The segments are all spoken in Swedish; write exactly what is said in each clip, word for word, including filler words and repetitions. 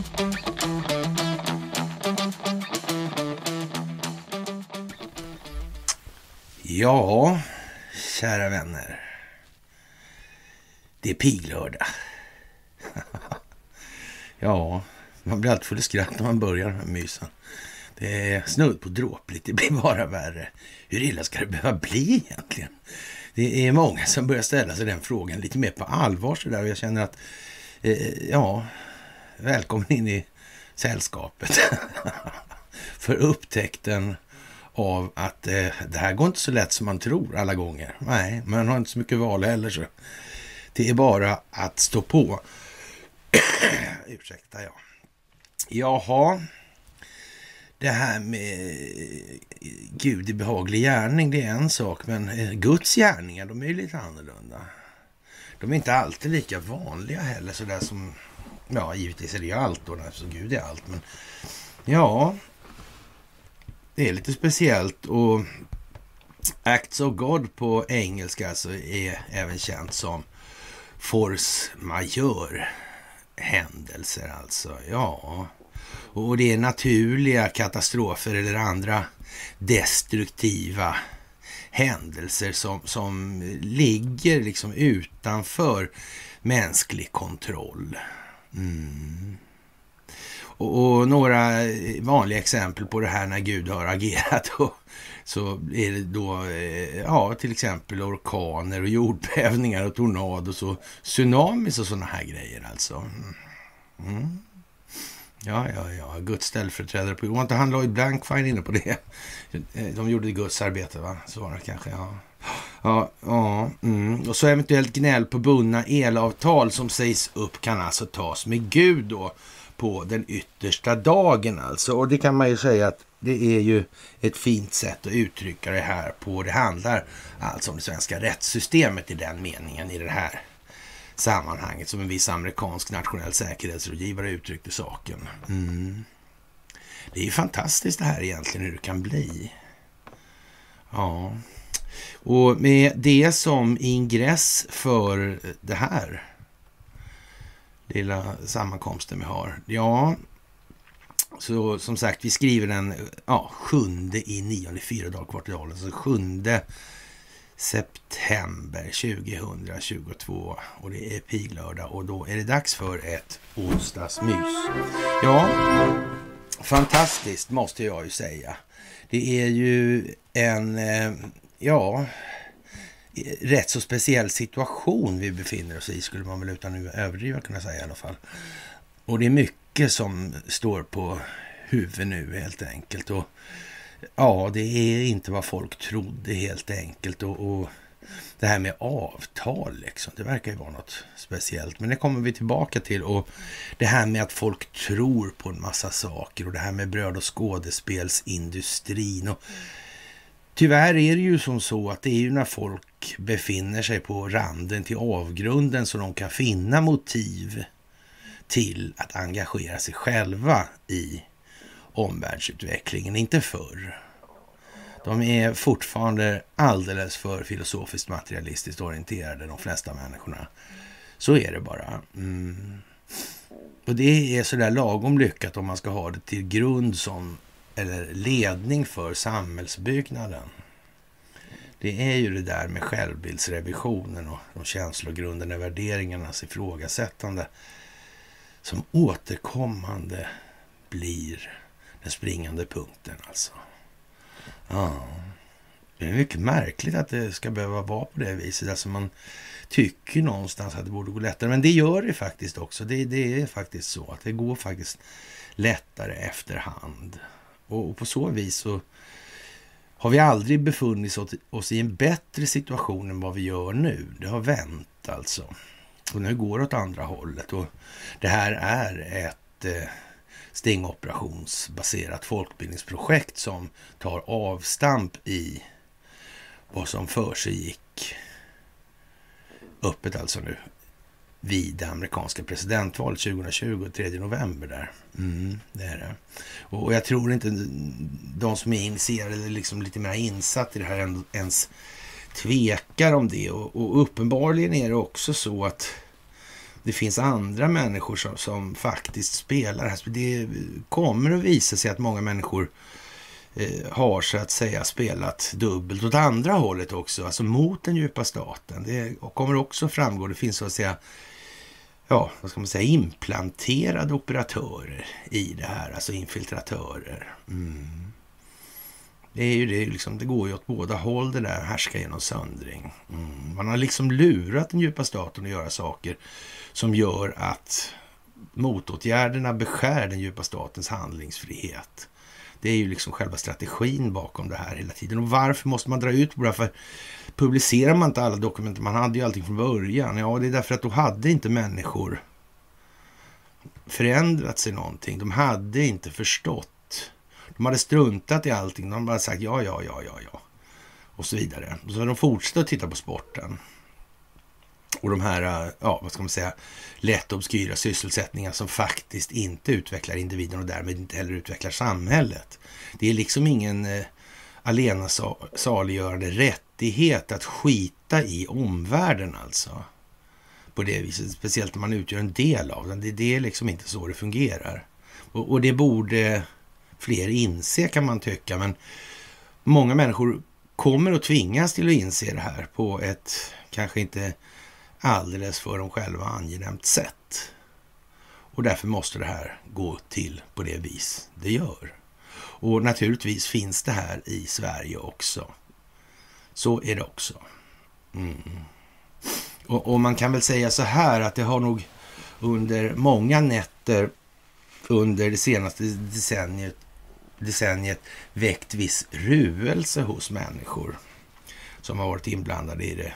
Ja, kära vänner. Det är piglördag. Ja, man blir alltid full skratt när man börjar med mysen. Det är snudd på dråpligt, det blir bara värre. Hur illa ska det behöva bli egentligen? Det är många som börjar ställa sig den frågan lite mer på allvar så där. Och jag känner att, eh, ja, välkommen in i sällskapet. För upptäckten av att eh, det här går inte så lätt som man tror alla gånger. Nej, man har inte så mycket val heller så. Det är bara att stå på. Ursäkta, ja. Jaha. Det här med Gud i behaglig gärning, det är en sak. Men Guds gärningar, de är ju lite annorlunda. De är inte alltid lika vanliga heller. Så där som, ja, givetvis är det ju allt då. Så Gud är allt. Men ja, det är lite speciellt. Och Acts of God på engelska så är även känt som force majeure händelser alltså. Ja, och det är naturliga katastrofer eller andra destruktiva händelser som, som ligger liksom utanför mänsklig kontroll. Mm. Och, och några vanliga exempel på det här när Gud har agerat och så är det då, ja, till exempel orkaner och jordbävningar och tornados och tsunamis och sådana här grejer alltså. Mm. Ja, ja, ja. Guds ställföreträdare på... Var inte han Lloyd Blankfein inne på det? De gjorde Guds arbete, va? Så var det kanske, ja. Ja, ja. Mm. Och så eventuellt gnäll på bundna elavtal som sägs upp kan alltså tas med Gud då på den yttersta dagen alltså. Och det kan man ju säga att det är ju ett fint sätt att uttrycka det här på. Det handlar alltså om det svenska rättssystemet i den meningen i det här sammanhanget som en viss amerikansk nationell säkerhetsrådgivare uttryckte saken. Mm. Det är ju fantastiskt det här egentligen hur det kan bli. Ja. Och med det som ingress för det här lilla sammankomsten vi har. Ja, så som sagt vi skriver den ja, sjunde i nionde, fyra dagar kvar till dagen. Så sjunde september tjugohundratjugotvå och det är piglördag och då är det dags för ett onsdagsmys. Ja, fantastiskt måste jag ju säga. Det är ju en, ja, rätt så speciell situation vi befinner oss i skulle man väl utan att överdriva kunna säga i alla fall. Och det är mycket som står på huvudet nu helt enkelt och ja, det är inte vad folk trodde helt enkelt och, och det här med avtal liksom, det verkar ju vara något speciellt. Men det kommer vi tillbaka till och det här med att folk tror på en massa saker och det här med bröd- och skådespelsindustrin och tyvärr är det ju som så att det är ju när folk befinner sig på randen till avgrunden så de kan finna motiv till att engagera sig själva i omvärldsutvecklingen, inte förr. De är fortfarande alldeles för filosofiskt materialistiskt orienterade, de flesta människorna. Så är det bara. Mm. Och det är sådär lagom lyckat om man ska ha det till grund som, eller ledning för samhällsbyggnaden. Det är ju det där med självbildsrevisionen och de känslogrunderna, värderingarnas ifrågasättande som återkommande blir den springande punkten alltså. Ja, det är mycket märkligt att det ska behöva vara på det viset. Alltså man tycker någonstans att det borde gå lättare. Men det gör det faktiskt också. Det, det är faktiskt så att det går faktiskt lättare efterhand. Och, och på så vis så har vi aldrig befunnit oss i en bättre situation än vad vi gör nu. Det har vänt alltså. Och nu går det åt andra hållet. Och det här är ett eh, stingoperationsbaserat folkbildningsprojekt som tar avstamp i vad som för sig gick öppet alltså nu vid det amerikanska presidentvalet tjugohundratjugo, tredje november där. Mm, det är det. Och jag tror inte de som är initierade eller liksom lite mer insatt i det här ens tvekar om det. Och, och uppenbarligen är det också så att det finns andra människor som, som faktiskt spelar. Det kommer att visa sig att många människor eh, har så att säga spelat dubbelt åt andra hållet också, alltså mot den djupa staten. Det kommer också framgå, det finns så att säga, ja, vad ska man säga, implanterade operatörer i det här, alltså infiltratörer. Mm. Det är ju det, liksom, det går ju åt båda håll det där, härska genom söndring. Mm. Man har liksom lurat den djupa staten att göra saker som gör att motåtgärderna beskär den djupa statens handlingsfrihet. Det är ju liksom själva strategin bakom det här hela tiden. Och varför måste man dra ut på det? För publicerar man inte alla dokument? Man hade ju allting från början. Ja, det är därför att då hade inte människor förändrat sig någonting. De hade inte förstått. De hade struntat i allting. De hade bara sagt ja, ja, ja, ja, ja. Och så vidare. Så de fortsatte att titta på sporten. Och de här, ja, vad ska man säga, lätt obskyra sysselsättningar som faktiskt inte utvecklar individen och därmed inte heller utvecklar samhället. Det är liksom ingen eh, alena saliggörande rättighet att skita i omvärlden alltså. På det viset, speciellt när man utgör en del av den. Det, det är liksom inte så det fungerar. Och, och det borde fler inse kan man tycka, men många människor kommer att tvingas till att inse det här på ett kanske inte alldeles för dem själva angenämt sätt. Och därför måste det här gå till på det vis det gör. Och naturligtvis finns det här i Sverige också. Så är det också. Mm. Och, och man kan väl säga så här att det har nog under många nätter under det senaste decenniet, decenniet väckt viss ruelse hos människor som har varit inblandade i det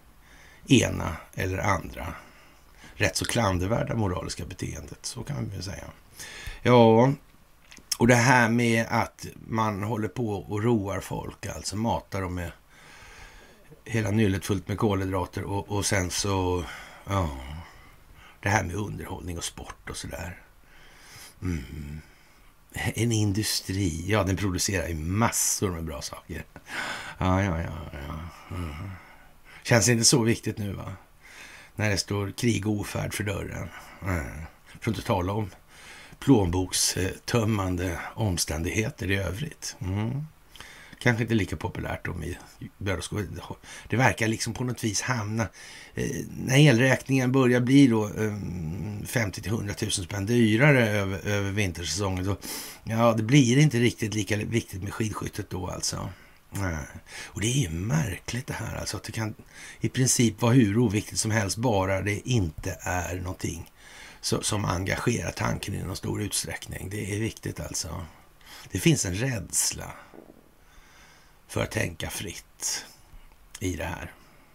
ena eller andra rätt så klandervärda moraliska beteendet, så kan man väl säga. Ja, och det här med att man håller på och roar folk, alltså matar dem med hela nyllet fullt med kolhydrater och, och sen så, ja, det här med underhållning och sport och sådär. Mm. En industri, ja, den producerar ju massor med bra saker. Ja, ja, ja, ja. Mm. Känns inte så viktigt nu, va? När det står krig och ofärd för dörren. Mm. För att inte tala om plånbokstömmande omständigheter i övrigt. Mm. Kanske inte lika populärt om i början. Det verkar liksom på något vis hamna. Eh, när elräkningen börjar bli då eh, femtio till hundra tusen spänn dyrare över, över vintersäsongen. Då, ja, det blir inte riktigt lika viktigt med skidskyttet då alltså. Nej. Och det är ju märkligt det här alltså, att det kan i princip vara hur oviktigt som helst bara det inte är någonting så, som engagerar tanken i någon stor utsträckning. Det är viktigt alltså. Det finns en rädsla för att tänka fritt i det här.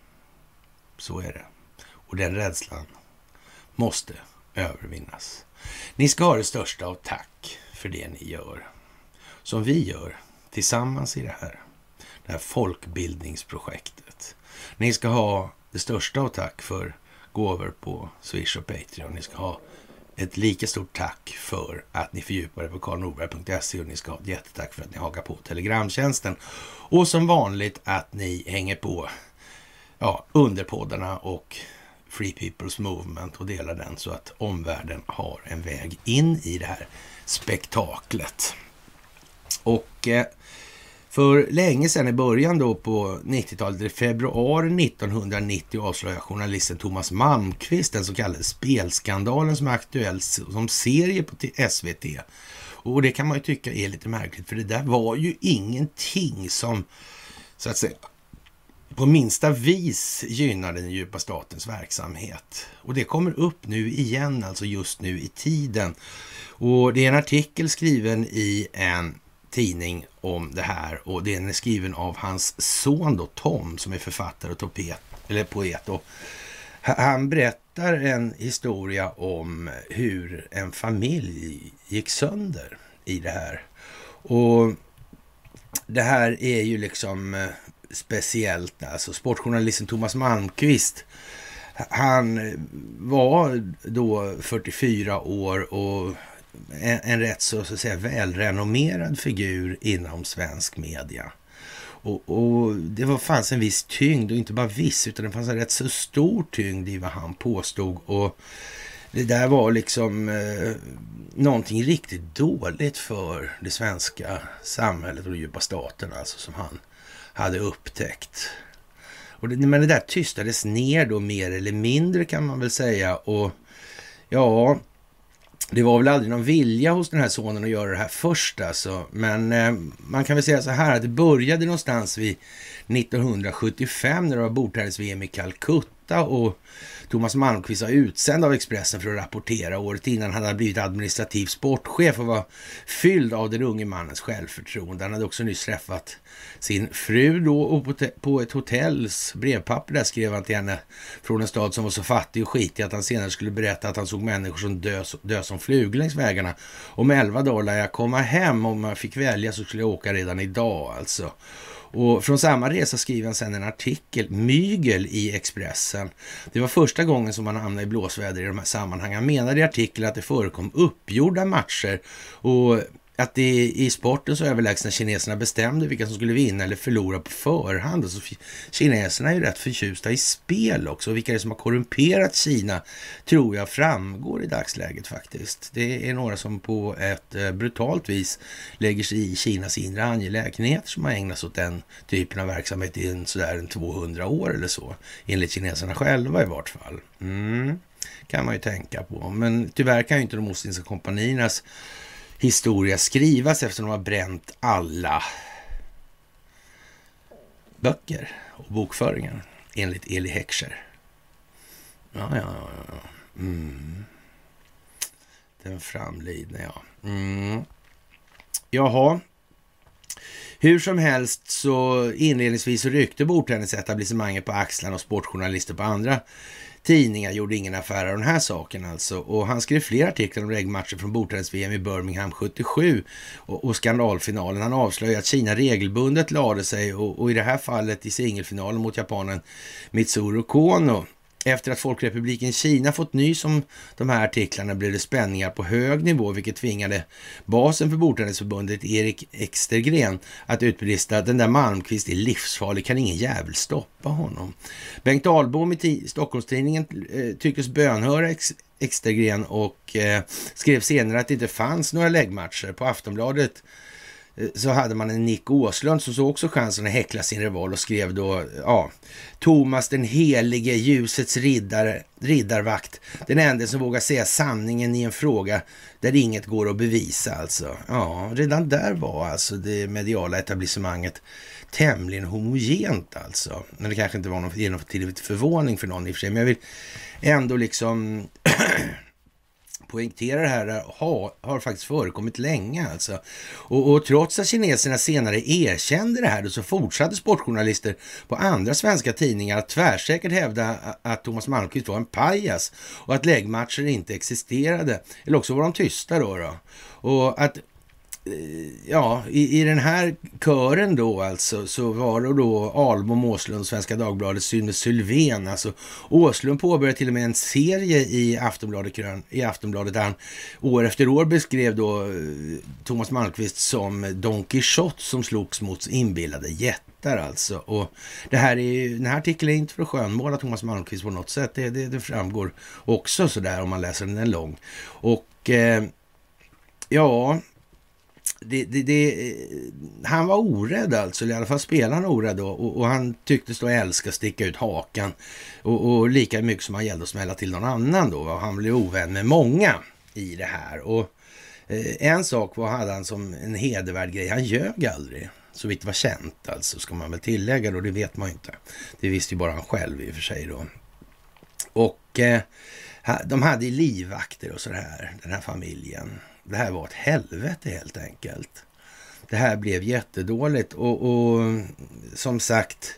Så är det. Och den rädslan måste övervinnas. Ni ska ha det största av tack för det ni gör. Som vi gör tillsammans i det här. Det här folkbildningsprojektet. Ni ska ha det största av tack för gåvor på Swish och Patreon. Ni ska ha ett lika stort tack för att ni fördjupar er på karl norberg punkt se och ni ska ha ett jättetack för att ni hakar på Telegramtjänsten. Och som vanligt att ni hänger på ja, underpoddarna och Free People's Movement och delar den så att omvärlden har en väg in i det här spektaklet. Och eh, för länge sedan i början då på nittiotalet, i februari nittonhundranittio, avslöjar journalisten Thomas Malmqvist den så kallade spelskandalen som är aktuell som serie på S V T. Och det kan man ju tycka är lite märkligt, för det där var ju ingenting som så att säga på minsta vis gynnar den djupa statens verksamhet. Och det kommer upp nu igen, alltså just nu i tiden. Och det är en artikel skriven i en tidning om det här, och den är skriven av hans son då, Tom, som är författare och topet, eller poet. Och han berättar en historia om hur en familj gick sönder i det här. Och det här är ju liksom speciellt, alltså sportjournalisten Thomas Malmqvist, han var då fyrtiofyra år och en, en rätt så, så att säga välrenommerad figur inom svensk media. Och, och det var, fanns en viss tyngd, och inte bara viss, utan det fanns en rätt så stor tyngd i vad han påstod. Och det där var liksom eh, någonting riktigt dåligt för det svenska samhället och den djupa staten, alltså, som han hade upptäckt. Och det, men det där tystades ner då mer eller mindre, kan man väl säga. Och ja, det var väl aldrig någon vilja hos den här sonen att göra det här först, alltså. Men eh, man kan väl säga så här, att det började någonstans vid nittonhundrasjuttiofem när det var bordtennis-V M i Calcutta, och Thomas Malmqvist var utsänd av Expressen för att rapportera. Året innan han hade blivit administrativ sportchef och var fylld av den unge mannens självförtroende. Han hade också nyss träffat sin fru då, och på, på ett hotells brevpapper där skrev han till henne från en stad som var så fattig och skitig att han senare skulle berätta att han såg människor som dö, dö som flugor längs vägarna. Om elva dagar lär jag komma hem, om jag fick välja så skulle jag åka redan idag, alltså. Och från samma resa skriver han sedan en artikel, Mygel, i Expressen. Det var första gången som han hamnade i blåsväder i de här sammanhangen. Han menade i artikeln att det förekom uppgjorda matcher och att det i sporten så överlägsna kineserna bestämde vilka som skulle vinna eller förlora på förhand. Och så kineserna är ju rätt förtjusta i spel också. Och vilka det är som har korrumperat Kina tror jag framgår i dagsläget faktiskt. Det är några som på ett eh, brutalt vis lägger sig i Kinas inre angelägenheter som har ägnats åt den typen av verksamhet i en, sådär en tvåhundra år eller så. Enligt kineserna själva i vart fall. Mm, kan man ju tänka på. Men tyvärr kan ju inte de ostindiska kompaniernas historia skrivas efter att de har bränt alla böcker och bokföringen enligt Eli Heckscher. Ja, ja, ja. ja. Mm. Den framlidne, ja. Mm. Jaha. Hur som helst så inledningsvis ryckte bordtennisetablissemanget på axlarna och sportjournalister på andra tidningar gjorde ingen affär av den här saken alltså. Och han skrev flera artiklar om regelmatcher från bordtennis-V M i Birmingham sjuttiosju och, och skandalfinalen. Han avslöjade att Kina regelbundet lade sig och, och i det här fallet i singelfinalen mot japanen Mitsuru Kono. Efter att Folkrepubliken Kina fått nys om de här artiklarna blev det spänningar på hög nivå, vilket tvingade basen för bordtennisförbundet Erik Ekstergren att utbrista: den där Malmqvist är livsfarlig, kan ingen jävel stoppa honom. Bengt Ahlbom i t- Stockholmstidningen eh, tycktes bönhöra ex- Ekstergren och eh, skrev senare att det inte fanns några läggmatcher. På Aftonbladet så hade man en Nick Åslund som såg också chansen att häckla sin rival och skrev då, ja, Thomas den helige, ljusets riddare, riddarvakt, den enda som vågar säga sanningen i en fråga där inget går att bevisa, alltså. Ja, redan där var alltså det mediala etablissemanget tämligen homogent, alltså. Men det kanske inte var någon till förvåning för någon i och för sig, men jag vill ändå liksom poängtera det här har, har faktiskt förekommit länge alltså. Och, och trots att kineserna senare erkände det här då, så fortsatte sportjournalister på andra svenska tidningar att tvärsäkert hävda att Thomas Malmqvist var en pajas och att läggmatcher inte existerade. Eller också var de tysta då. då. Och att ja, i, i den här kören då alltså så var det då Ahlbom, Åslund, Svenska Dagbladet, Sune Sylvén. Alltså Åslund påbörjade till och med en serie i Aftonbladet, i Aftonbladet där han år efter år beskrev då Thomas Malmqvist som Don Quixote som slogs mot inbillade jättar alltså. Och det här är, den här artikeln är inte för att skönmåla Thomas Malmqvist på något sätt. Det, det, det framgår också så där om man läser den är lång. Och eh, ja... Det, det, det, han var orädd alltså, i alla fall spelade han orädd då, och, och han tycktes då älska att sticka ut hakan och, och lika mycket som han gällde att smälla till någon annan då, och han blev ovän med många i det här. Och eh, en sak var, hade han som en hedervärd grej, han ljög aldrig, så vitt var känt alltså, ska man väl tillägga då, det vet man ju inte, det visste ju bara han själv i och för sig då. Och eh, de hade livvakter och så här, den här familjen. Det här var ett helvete helt enkelt. Det här blev jättedåligt och, och som sagt,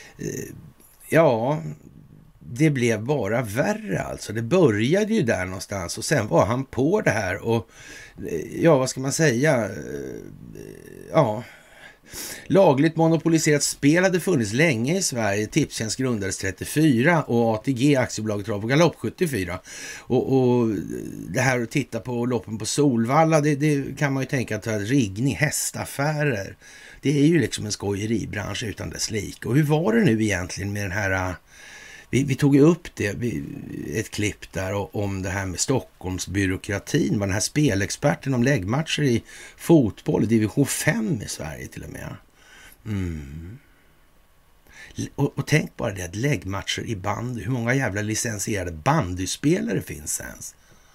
ja, det blev bara värre alltså. Det började ju där någonstans och sen var han på det här och ja, vad ska man säga? Ja, Lagligt monopoliserat spel hade funnits länge i Sverige. Tipstjänst grundades trettiofyra och A T G, aktiebolaget Trav och Galopp, sjuttiofyra. Och, och det här att titta på loppen på Solvalla, det, det kan man ju tänka att riggning, hästaffärer. Det är ju liksom en skojeribransch utan dess lik. Och hur var det nu egentligen med den här... Vi, vi tog ju upp det, vi, ett klipp där och, om det här med Stockholmsbyråkratin. Var den här spelexperten om läggmatcher i fotboll i division fem i Sverige till och med. Mm. Och, och tänk bara det att läggmatcher i bandy. Hur många jävla licensierade bandyspelare finns ens?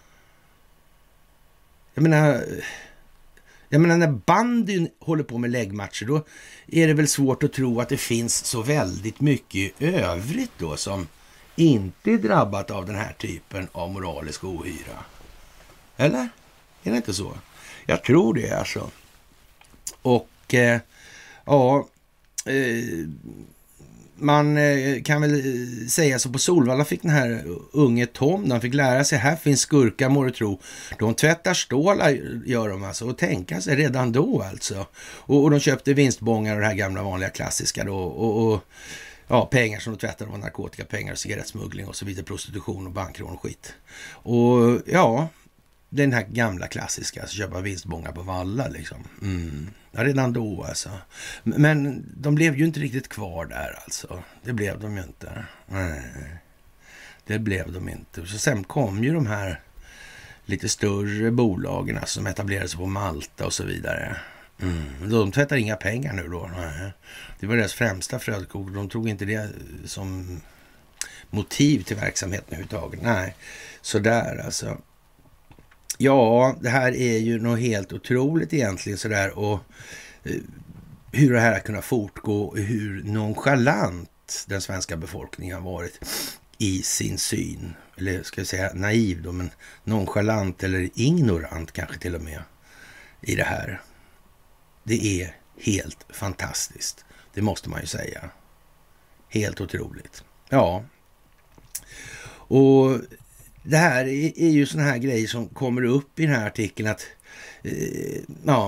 Jag menar... Jag menar, när bandyn håller på med läggmatcher, då är det väl svårt att tro att det finns så väldigt mycket övrigt då som inte är drabbat av den här typen av moralisk ohyra. Eller? Är det inte så? Jag tror det alltså. Och eh, ja, eh, man eh, kan väl säga så, på Solvalla fick den här unge Tom, de fick lära sig, här finns skurkar må du tro. De tvättar stålar gör de alltså, och tänka sig redan då alltså. Och, och de köpte vinstbångar och det här gamla vanliga klassiska då, och, och ja, pengar som de tvättade var narkotikapengar, cigarettsmuggling och så vidare, prostitution och bankrån och skit. Och ja, den här gamla klassiska, alltså köpa vinstbångar på Valla liksom. Mm. Ja, redan då alltså. Men de blev ju inte riktigt kvar där alltså. Det blev de ju inte. Nej. Det blev de inte. Så sen kom ju de här lite större bolagen alltså, som etablerade sig på Malta och så vidare. Mm. De tvättar inga pengar nu då. Nej. Det var deras främsta frödkok. De tog inte det som motiv till verksamheten överhuvudtaget. Nej, så där alltså. Ja, det här är ju något helt otroligt egentligen sådär, och eh, hur det här har kunnat fortgå och hur nonchalant den svenska befolkningen har varit i sin syn, eller ska jag säga naiv då, men nonchalant eller ignorant kanske till och med i det här. Det är helt fantastiskt, det måste man ju säga. Helt otroligt. Ja, och det här är, är ju såna här grejer som kommer upp i den här artikeln att eh, ja,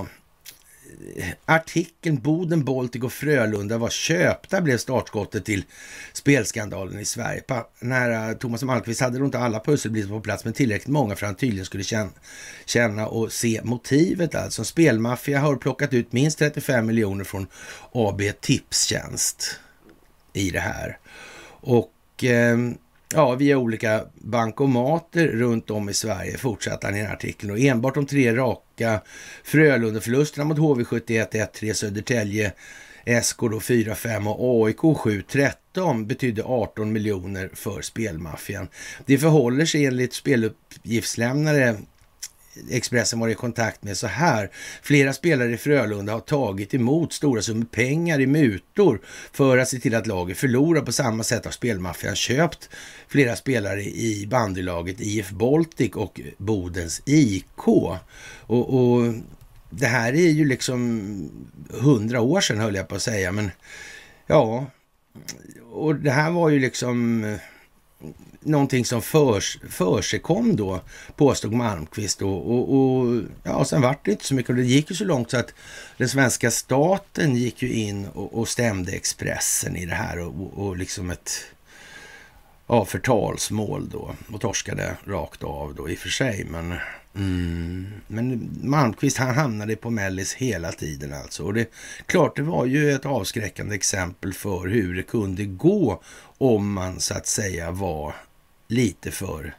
artikeln Boden, Baltic och Frölunda var köpta blev startskottet till spelskandalen i Sverige. Pa, när Thomas Malmqvist hade inte alla pusselbitar på plats, men tillräckligt många för att han tydligen skulle känna, känna och se motivet. Alltså spelmaffia har plockat ut minst trettiofem miljoner från A B Tipstjänst i det här. Och eh, ja, via olika bankomater runt om i Sverige, fortsatte han i den här artikeln. Och enbart de tre raka Frölunda-förlusterna mot H V sjuttioett ett tre, Södertälje, S K då fyra fem och A I K sju tretton betydde arton miljoner för spelmaffian. Det förhåller sig enligt speluppgiftslämnare Expressen var i kontakt med så här. Flera spelare i Frölunda har tagit emot stora summor pengar i mutor för att se till att laget förlorar. På samma sätt har spelmaffian köpt flera spelare i bandylaget I F Baltic och Bodens I K. Och, och det här är ju liksom hundra år sedan, höll jag på att säga. Men ja, och det här var ju liksom någonting som förs, för sig kom då, påstod Malmqvist. Och, och, och ja, sen var det inte så mycket. Och det gick ju så långt så att den svenska staten gick ju in och, och stämde Expressen i det här. Och, och liksom ett ja, förtalsmål då. Och torskade rakt av då i och för sig. Men, mm, men Malmqvist, han hamnade på mellis hela tiden alltså. Och det klart, det var ju ett avskräckande exempel för hur det kunde gå om man så att säga var lite för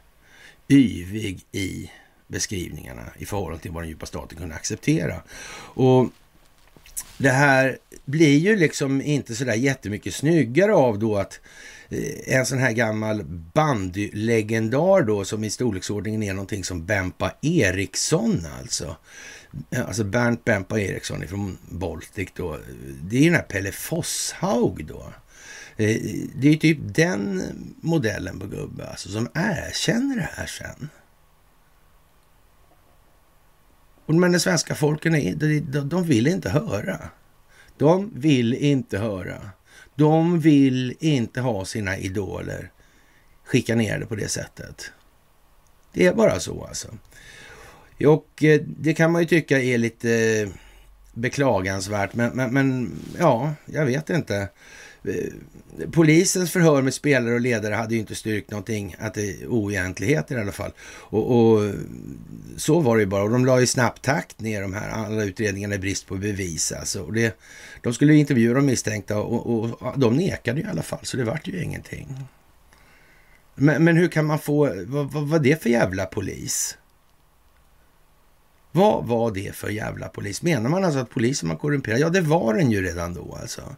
yvig i beskrivningarna i förhållande till vad den djupa staten kunde acceptera. Och det här blir ju liksom inte så där jättemycket snyggare av då att en sån här gammal bandylegendar då, som i storleksordningen är någonting som Bempa Eriksson alltså. Alltså Bernt Bempa Eriksson från Baltic då. Det är ju den här Pelle Fosshaug då. Det är typ den modellen på gubbe alltså, som erkänner det här sen. Men den svenska folken är, de, de vill inte höra. De vill inte höra. De vill inte ha sina idoler skickade på det sättet. Det är bara så alltså. Och det kan man ju tycka är lite beklagansvärt. Men, men, men ja, jag vet inte. Polisens förhör med spelare och ledare hade ju inte styrkt någonting, att det är oegentligheter i alla fall. Och, och så var det ju bara. Och de la i snabb takt ner de här alla utredningarna i brist på bevis. Alltså. Och det, de skulle ju intervjua de misstänkta och, och de nekade ju i alla fall. Så det vart ju ingenting. Men, men hur kan man få, vad, vad var det för jävla polis? Vad var det för jävla polis? Menar man alltså att polisen var korrumperad? Ja, det var den ju redan då alltså.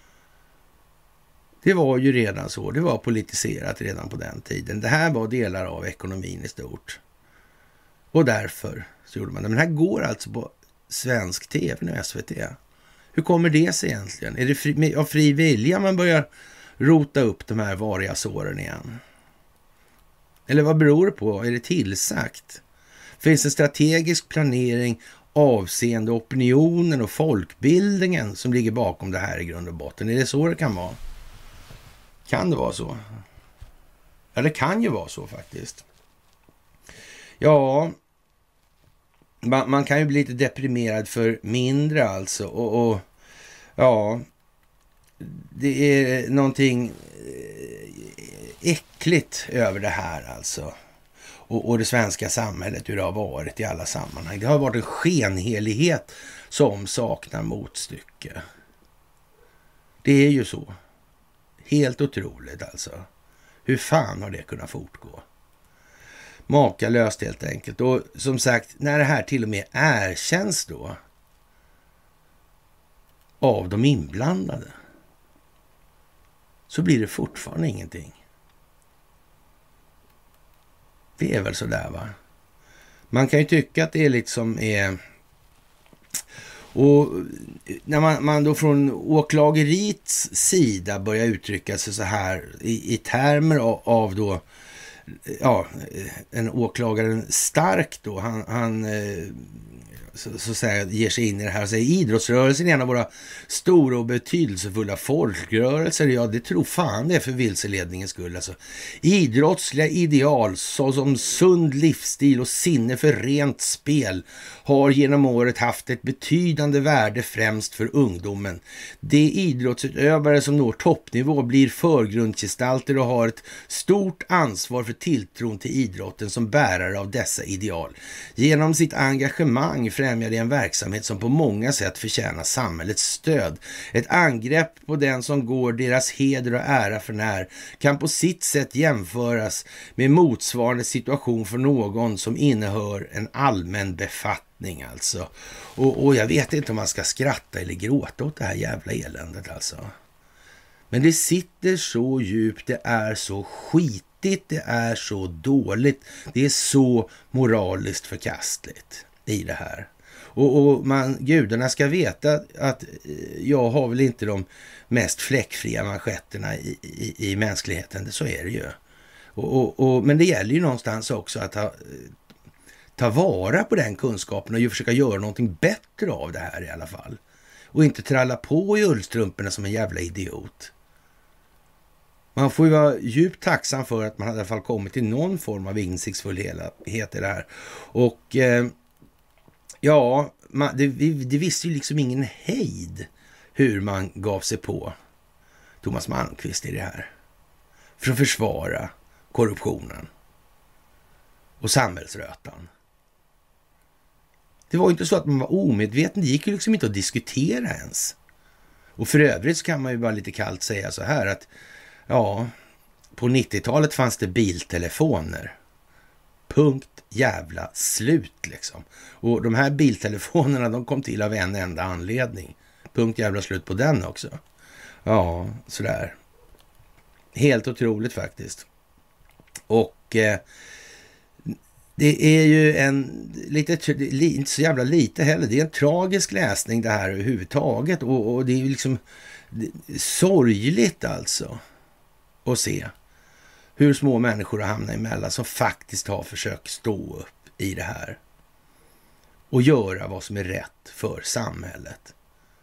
Det var ju redan så. Det var politiserat redan på den tiden. Det här var delar av ekonomin i stort. Och därför så gjorde man det. Men det här går alltså på svensk tv nu, S V T. Hur kommer det sig egentligen? Är det fri, av fri vilja man börjar rota upp de här variga såren igen? Eller vad beror det på? Är det tillsagt? Finns en strategisk planering avseende opinionen och folkbildningen som ligger bakom det här i grund och botten? Är det så det kan vara? Kan det vara så? Ja, det kan ju vara så faktiskt. Ja, man, man kan ju bli lite deprimerad för mindre alltså. Och, och ja, det är någonting äckligt över det här alltså. Och, och det svenska samhället, hur det har varit i alla sammanhang. Det har varit en skenhelighet som saknar motstycke. Det är ju så. Helt otroligt alltså. Hur fan har det kunnat fortgå? Makalöst helt enkelt. Och som sagt, när det här till och med erkänns då av de inblandade, så blir det fortfarande ingenting. Det är väl så där, va? Man kan ju tycka att det är liksom är... Och när man, man då från åklageriets sida börjar uttrycka sig så här i, i termer av, av då, ja, en åklagaren Stark då, han, han så, så säga, ger sig in i det här och säger idrottsrörelsen är en av våra stora och betydelsefulla folkrörelser. Ja, det tror fan det är för vilseledningens skull. Alltså, idrottsliga ideal såsom sund livsstil och sinne för rent spel har genom året haft ett betydande värde främst för ungdomen. De idrottsutövare som når toppnivå blir förgrundsgestalter och har ett stort ansvar för tilltron till idrotten som bärare av dessa ideal. Genom sitt engagemang främjar det en verksamhet som på många sätt förtjänar samhällets stöd. Ett angrepp på den som går deras heder och ära för när kan på sitt sätt jämföras med motsvarande situation för någon som innehör en allmän befattning alltså. Och, och jag vet inte om man ska skratta eller gråta åt det här jävla eländet alltså. Men det sitter så djupt, det är så skitigt, det är så dåligt, det är så moraliskt förkastligt i det här. Och, och man, gudarna ska veta att jag har väl inte de mest fläckfria manschetterna i, i, i mänskligheten, så är det ju. Och, och, och, men det gäller ju någonstans också att ta, ta vara på den kunskapen och ju försöka göra någonting bättre av det här i alla fall. Och inte tralla på i ullstrumporna som en jävla idiot. Man får ju vara djupt tacksam för att man i alla fall kommit till någon form av insiktsfullhet i det här. Och eh, ja, man, det, det visste ju liksom ingen hejd hur man gav sig på Thomas Malmqvist i det här. För att försvara korruptionen och samhällsrötan. Det var ju inte så att man var omedveten, det gick ju liksom inte att diskutera ens. Och för övrigt så kan man ju bara lite kallt säga så här att ja, på nittiotalet fanns det biltelefoner. Punkt jävla slut liksom. Och de här biltelefonerna, de kom till av en enda anledning. Punkt jävla slut på den också. Ja, sådär. Helt otroligt faktiskt. Och eh, det är ju en lite, inte så jävla lite heller. Det är en tragisk läsning det här överhuvudtaget. Och, och det är ju liksom det, sorgligt alltså att se hur små människor har hamnat emellan som faktiskt har försökt stå upp i det här och göra vad som är rätt för samhället.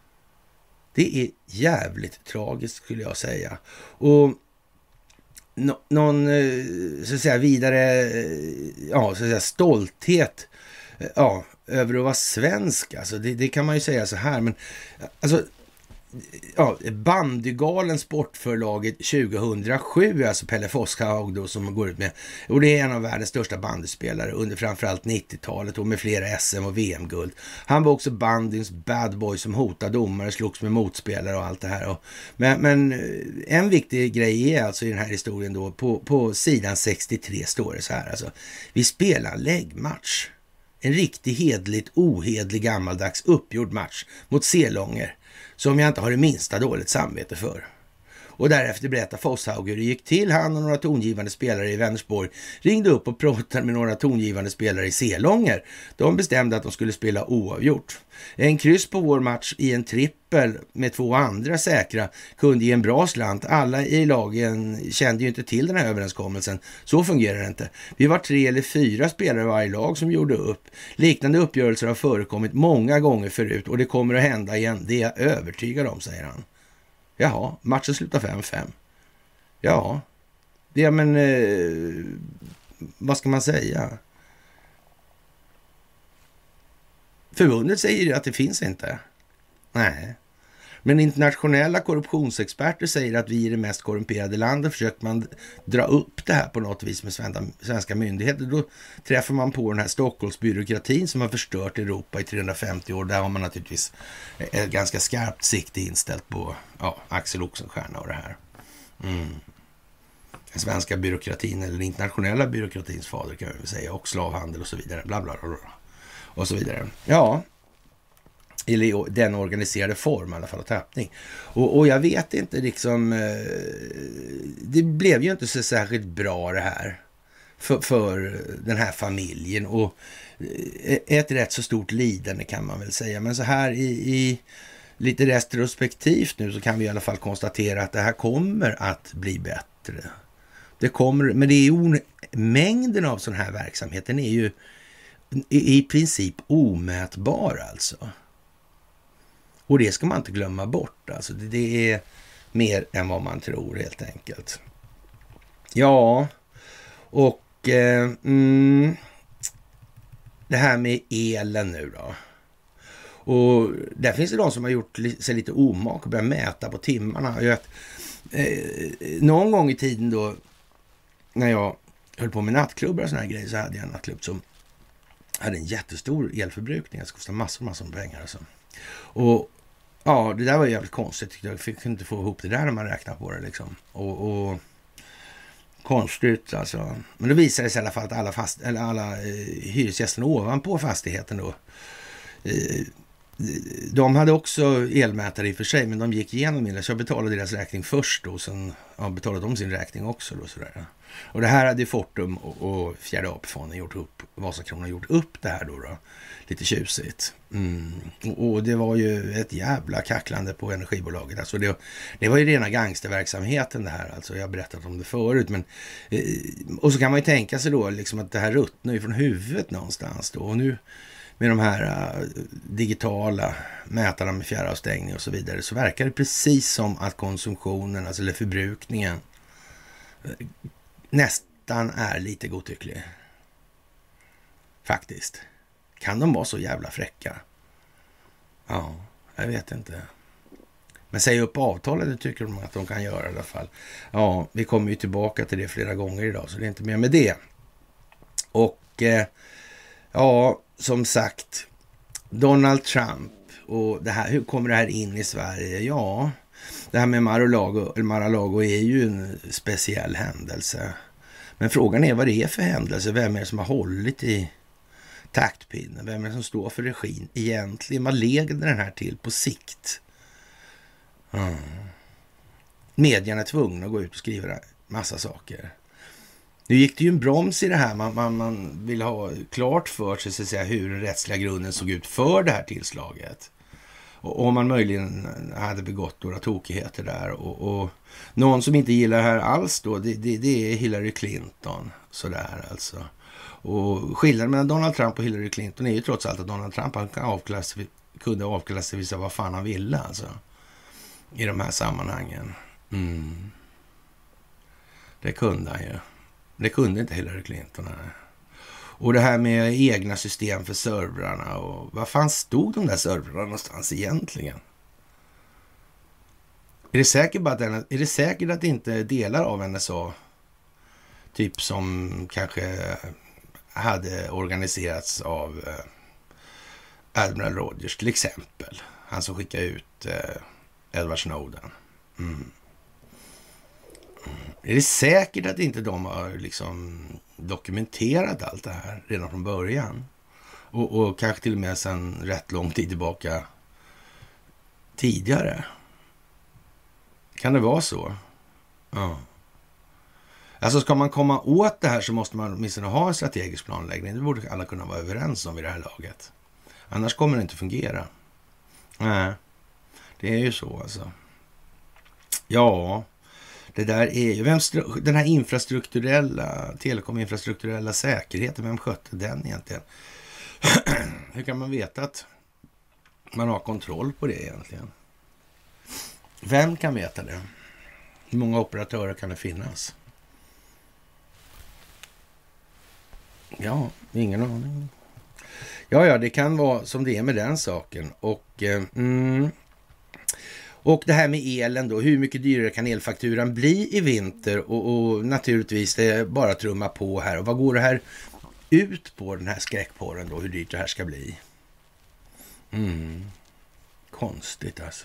Det är jävligt tragiskt skulle jag säga. Och no, någon så att säga vidare ja, så att säga, stolthet ja, över att vara svensk. Alltså det, det kan man ju säga så här. Men alltså, ja, Bandygalen Sportförlaget tjugohundrasju, alltså Pelle Fosshaug då, som går ut med, och det är en av världens största bandyspelare under framförallt nittiotalet och med flera S M och V M-guld. Han var också bandyns bad boy som hotade domare, slogs med motspelare och allt det här. Och, men, men en viktig grej är alltså i den här historien då, på, på sidan sextiotre står det så här, alltså, vi spelar en läggmatch. En riktigt hedligt, ohedlig, gammaldags uppgjord match mot Selånger som jag inte har det minsta dåligt samvete för. Och därefter berättar Fosshaug hur det gick till. Han och några tongivande spelare i Vänersborg ringde upp och pratade med några tongivande spelare i Selånger. De bestämde att de skulle spela oavgjort. En kryss på vår match i en trippel med två andra säkra kunde ge en bra slant. Alla i lagen kände ju inte till den här överenskommelsen. Så fungerar det inte. Vi var tre eller fyra spelare i varje lag som gjorde upp. Liknande uppgörelser har förekommit många gånger förut och det kommer att hända igen. Det är jag övertygad om, säger han. Jaha, matchen slutar fem fem. Ja, det men eh, vad ska man säga? Förbundet säger ju att det finns inte. Nej. Men internationella korruptionsexperter säger att vi är det mest korrumperade landet. Försöker man dra upp det här på något vis med svenska myndigheter, då träffar man på den här Stockholmsbyråkratin som har förstört Europa i trehundrafemtio år. Där har man naturligtvis ett ganska skarpt sikte inställt på ja, Axel Oxenstierna och det här. Mm. Den svenska byråkratin eller den internationella byråkratins fader kan vi väl säga, och slavhandel och så vidare. Bla bla bla. Och så vidare. Ja, eller den organiserade form i alla fall av tappning. Och, och jag vet inte liksom, det blev ju inte så särskilt bra det här för, för den här familjen och ett rätt så stort lidande kan man väl säga. Men så här i, i lite retrospektivt nu så kan vi i alla fall konstatera att det här kommer att bli bättre. Det kommer, men det är ju mängden av sån här verksamhet, den är ju i, i princip omätbar alltså. Och det ska man inte glömma bort. Alltså det, det är mer än vad man tror helt enkelt. Ja, och eh, mm, det här med elen nu då. Och där finns det de som har gjort sig lite omak och börjat mäta på timmarna. Jag vet, eh, någon gång i tiden då när jag höll på med nattklubbar och såna här grejer så hade jag en nattklubb som hade en jättestor elförbrukning. Det kostade massor, massor med pengar alltså. Och ja, det där var jävligt konstigt. Jag fick inte få ihop det där när man räknar på det liksom. Och, och konstigt alltså. Men då visade det sig i alla fall att alla, fast, eller alla eh, hyresgästerna ovanpå fastigheten då, eh, de hade också elmätare i och för sig, men de gick igenom min. Så jag betalade deras räkning först då, sen ja, betalade de sin räkning också då sådär. Och det här hade Fortum och, och Fjärde A P-fonden gjort upp, Vasakronan gjort upp det här då då. Lite tjusigt. Mm. Och, och det var ju ett jävla kacklande på energibolaget. Alltså det, det var ju rena gangsterverksamheten det här. Alltså jag har berättat om det förut. Men, eh, och så kan man ju tänka sig då liksom att det här ruttnar ju från huvudet någonstans då. Och nu med de här uh, digitala mätarna med fjärravstängning och så vidare så verkar det precis som att konsumtionen, alltså eller förbrukningen uh, nästan är lite godtycklig. Faktiskt. Kan de vara så jävla fräcka? Ja, jag vet inte. Men säga upp avtalet, det tycker de att de kan göra i alla fall. Ja, vi kommer ju tillbaka till det flera gånger idag, så det är inte mer med det. Och eh, ja, som sagt, Donald Trump och det här, hur kommer det här in i Sverige? Ja, det här med Mar-a-Lago, Mar-a-Lago är ju en speciell händelse. Men frågan är vad det är för händelse. Vem är det som har hållit i taktpinnen? Vem är det som står för regin egentligen? Vad leder den här till på sikt? Mm. Medierna är tvungna att gå ut och skriva massa saker. Nu gick det ju en broms i det här. Man, man, man vill ha klart för sig så att säga, hur den rättsliga grunden såg ut för det här tillslaget. Och om man möjligen hade begått några tokigheter där. Och, och någon som inte gillar det här alls då, det, det, det är Hillary Clinton. Sådär alltså. Och skillnaden mellan Donald Trump och Hillary Clinton är ju trots allt att Donald Trump han kan avklassiv- kunde avklassificera vad fan han ville alltså. I de här sammanhangen. Mm. Det kunde han ju. Det kunde inte Hillary Clinton här. Och det här med egna system för servrarna. Och vad fan stod de där servrarna någonstans egentligen? Är det säkert, bara att, är det säkert att inte delar av N S A, typ som kanske hade organiserats av eh, Admiral Rogers till exempel. Han som skickade ut eh, Edward Snowden. Mm. Mm. Är det säkert att inte de har liksom dokumenterat allt det här redan från början? Och, och kanske till och med sedan rätt lång tid tillbaka tidigare. Kan det vara så? Ja. Alltså ska man komma åt det här så måste man åtminstone ha en strategisk planläggning. Det borde alla kunna vara överens om i det här laget. Annars kommer det inte fungera. Nej, det är ju så alltså. Ja, det där är ju... Vem, den här infrastrukturella, telekominfrastrukturella säkerheten, vem skötte den egentligen? Hur kan man veta att man har kontroll på det egentligen? Vem kan veta det? Hur många operatörer kan det finnas? Ja, ingen aning. Ja, ja, det kan vara som det är med den saken. Och, eh, mm, och det här med elen då. Hur mycket dyrare kan elfakturan bli i vinter? Och, och naturligtvis, det är bara trumma på här. Och vad går det här ut på, den här skräckporren då? Hur dyrt det här ska bli? Mm, konstigt alltså.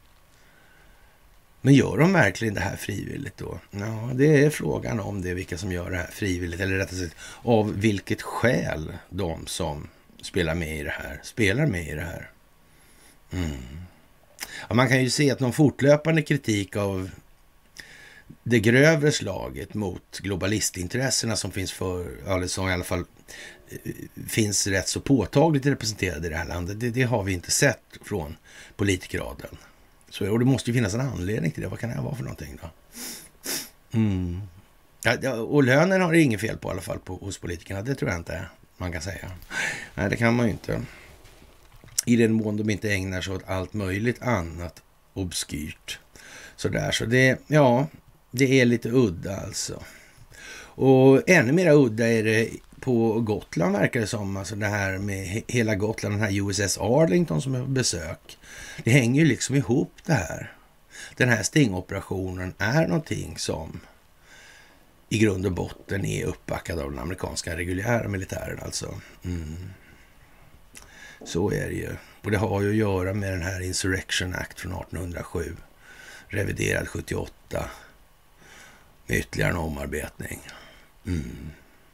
Men gör de verkligen det här frivilligt då? Ja, det är frågan om det är vilka som gör det här frivilligt. Eller rättare sagt, av vilket skäl de som spelar med i det här, spelar med i det här. Mm. Ja, man kan ju se att någon fortlöpande kritik av det grövre slaget mot globalistintressena som finns för, eller som i alla fall finns rätt så påtagligt representerade i det här landet. Det, det har vi inte sett från politikerraden. Så, och det måste ju finnas en anledning till det. Vad kan det vara för någonting då? Mm. Ja, och lönen har det inget fel på i alla fall på, hos politikerna. Det tror jag inte man kan säga. Nej, det kan man ju inte. I den mån de inte ägnar sig åt allt möjligt annat obskyrt. Så där, så det, ja, det är lite udda alltså. Och ännu mer udda är det på Gotland verkar det som. Alltså det här med hela Gotland, den här U S S Arlington som är på besök. Det hänger ju liksom ihop det här. Den här stingoperationen är någonting som i grund och botten är uppbackad av den amerikanska reguljära militären alltså. Mm. Så är det ju. Och det har ju att göra med den här Insurrection Act från artonhundrasju. Reviderad sjuttioåtta. Med ytterligare en omarbetning. Mm.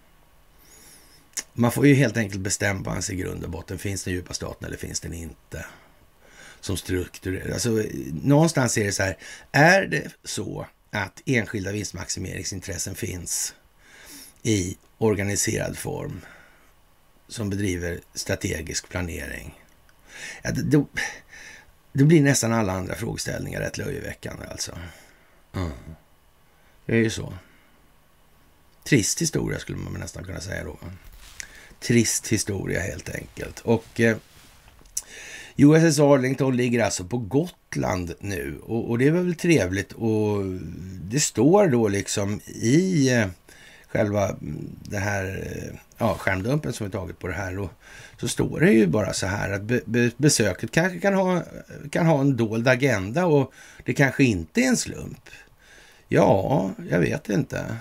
Man får ju helt enkelt bestämma hans i grund och botten. Finns den djupa staten eller finns den inte? Som struktur. Alltså, någonstans är det så här. Är det så att enskilda vinstmaximeringsintressen finns i organiserad form som bedriver strategisk planering? Ja, då, då blir nästan alla andra frågeställningar rätt löjeväckande alltså. Mm. Det är ju så. Trist historia skulle man nästan kunna säga då. Trist historia helt enkelt. Och eh, U S S Arlington ligger alltså på Gotland nu. Och, och det är väl trevligt. Och det står då liksom i eh, själva det här eh, ja, skärmdumpen som vi tagit på det här. Och så står det ju bara så här att be, be, besöket kanske kan ha, kan ha en dold agenda. Och det kanske inte är en slump. Ja, jag vet inte.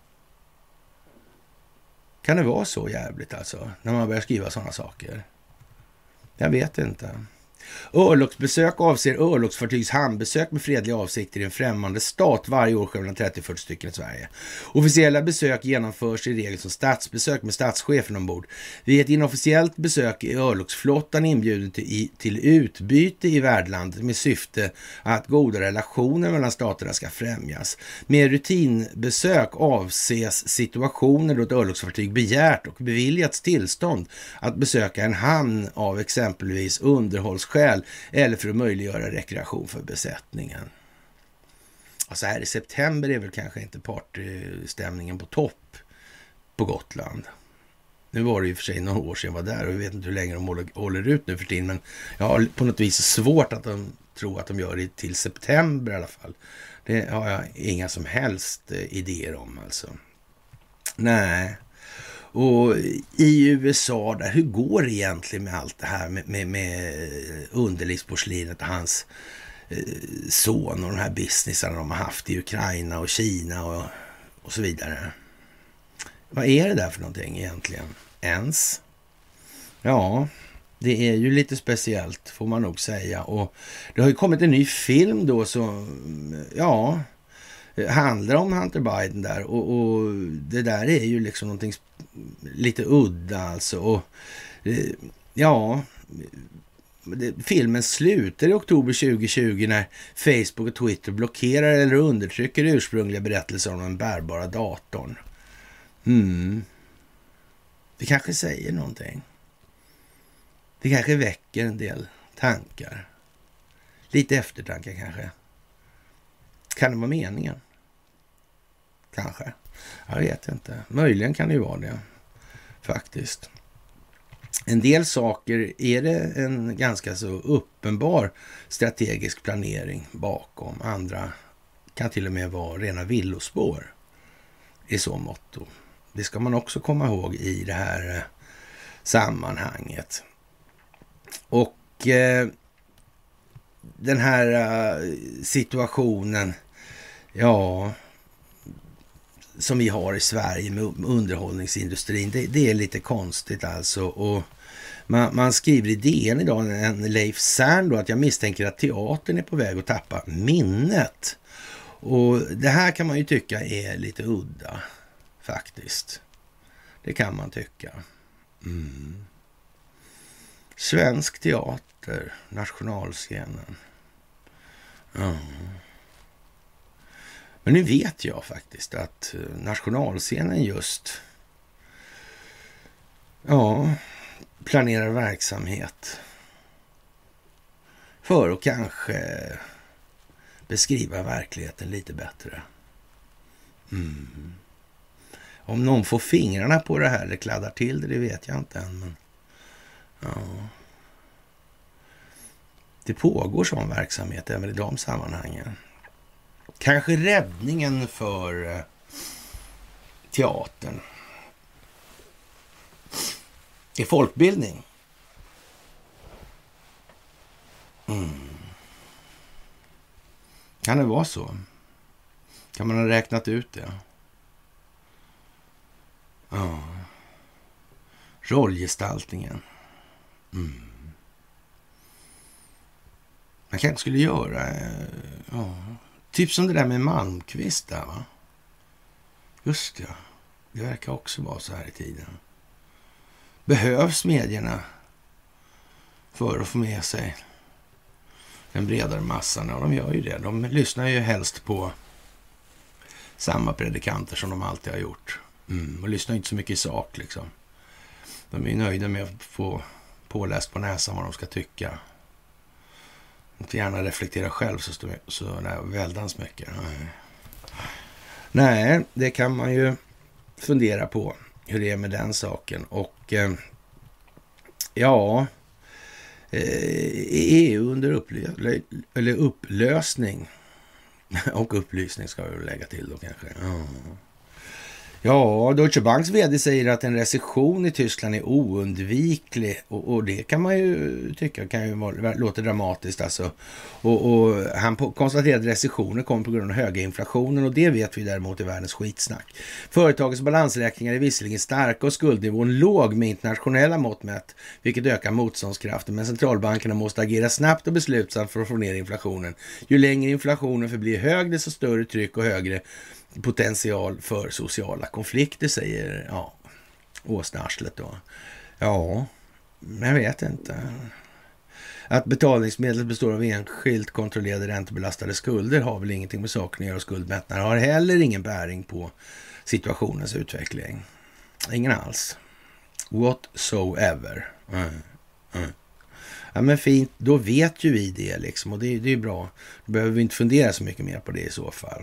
Kan det vara så jävligt alltså, när man börjar skriva sådana saker? Jag vet inte. Örlogsbesök avser örlogsfartygs hamnbesök med fredliga avsikter i en främmande stat varje år mellan trettio till fyrtio stycken i Sverige. Officiella besök genomförs i regel som statsbesök med statschefen ombord. Vid ett inofficiellt besök är örlogsflottan inbjuden till, i, till utbyte i värdlandet med syfte att goda relationer mellan staterna ska främjas. Med rutinbesök avses situationer då ett örlogsfartyg begärt och beviljats tillstånd att besöka en hamn av exempelvis underhållsskäl eller för att möjliggöra rekreation för besättningen. Alltså här i september är väl kanske inte partystämningen på topp på Gotland. Nu var det ju för sig några år sedan jag var där och jag vet inte hur länge de håller, håller ut nu för tiden, men jag har på något vis svårt att de tror att de gör det till september i alla fall. Det har jag inga som helst idéer om alltså. Nej. Och i U S A där, hur går det egentligen med allt det här med, med, med underlivsporslinet och hans eh, son och de här businessarna de har haft i Ukraina och Kina och, och så vidare. Vad är det där för någonting egentligen? Ens? Ja, det är ju lite speciellt får man nog säga. Och det har ju kommit en ny film då som, ja, handlar om Hunter Biden där. Och, och det där är ju liksom någonting lite udda alltså. Och ja, det, filmen slutar i oktober tjugo tjugo när Facebook och Twitter blockerar eller undertrycker ursprungliga berättelser om den bärbara datorn. Mm. Det kanske säger någonting. Det kanske väcker en del tankar. Lite eftertankar kanske. Kan det vara meningen? Kanske. Jag vet inte. Möjligen kan det ju vara det. Faktiskt. En del saker är det en ganska så uppenbar strategisk planering bakom. Andra kan till och med vara rena villospår i så motto. Det ska man också komma ihåg i det här sammanhanget. Och eh, den här eh, situationen, ja, som vi har i Sverige med underhållningsindustrin, det, det är lite konstigt alltså. Och man, man skriver i D N idag, en Leif Särn då, att jag misstänker att teatern är på väg att tappa minnet. Och det här kan man ju tycka är lite udda faktiskt. Det kan man tycka. Mm. Svensk teater, nationalscenen. Mm. Men nu vet jag faktiskt att nationalscenen just ja, planerar verksamhet för att kanske beskriva verkligheten lite bättre. Mm. Om någon får fingrarna på det här eller kladdar till det, det vet jag inte än. Men ja. Det pågår sån verksamhet även i de sammanhangen. Kanske räddningen för eh, teatern är folkbildning. Mm. Kan det vara så? Kan man ha räknat ut det? Ja. Rollgestaltningen. Mm. Man kanske skulle göra ja, typ som det där med Malmqvist där, va? Just ja. Det verkar också vara så här i tiden. Behövs medierna för att få med sig den bredare massan? Och de gör ju det. De lyssnar ju helst på samma predikanter som de alltid har gjort. Mm, och lyssnar inte så mycket i sak liksom. De är nöjda med att få påläst på näsan vad de ska tycka. Inte gärna reflektera själv så, stå, så nej, väldans mycket. Nej. nej, det kan man ju fundera på hur det är med den saken. Och eh, ja, eh, E U under upplö- eller upplösning och upplysning ska vi lägga till då kanske. Ja. Ja, Deutsche Banks vd säger att en recession i Tyskland är oundviklig och, och det kan man ju tycka kan ju vara, låta dramatiskt alltså. Och, och han på, konstaterar att recessioner kommer på grund av höga inflationen och det vet vi däremot i världens skitsnack. Företagets balansräkningar är visserligen starka och skuldnivån låg med internationella mått mätt, vilket ökar motståndskraften, men centralbankerna måste agera snabbt och beslutsamt för att få ner inflationen. Ju längre inflationen förblir hög, desto större tryck och högre potential för sociala konflikter, säger ja, åsnarslet då. Ja, men jag vet inte. Att betalningsmedlet består av enskilt kontrollerade räntebelastade skulder har väl ingenting med saken att göra, och skuldmättnader har heller ingen bäring på situationens utveckling. Ingen alls. Whatsoever. Mm. Mm. Ja men fint, då vet ju vi det liksom, och det, det är bra. Då behöver vi inte fundera så mycket mer på det i så fall.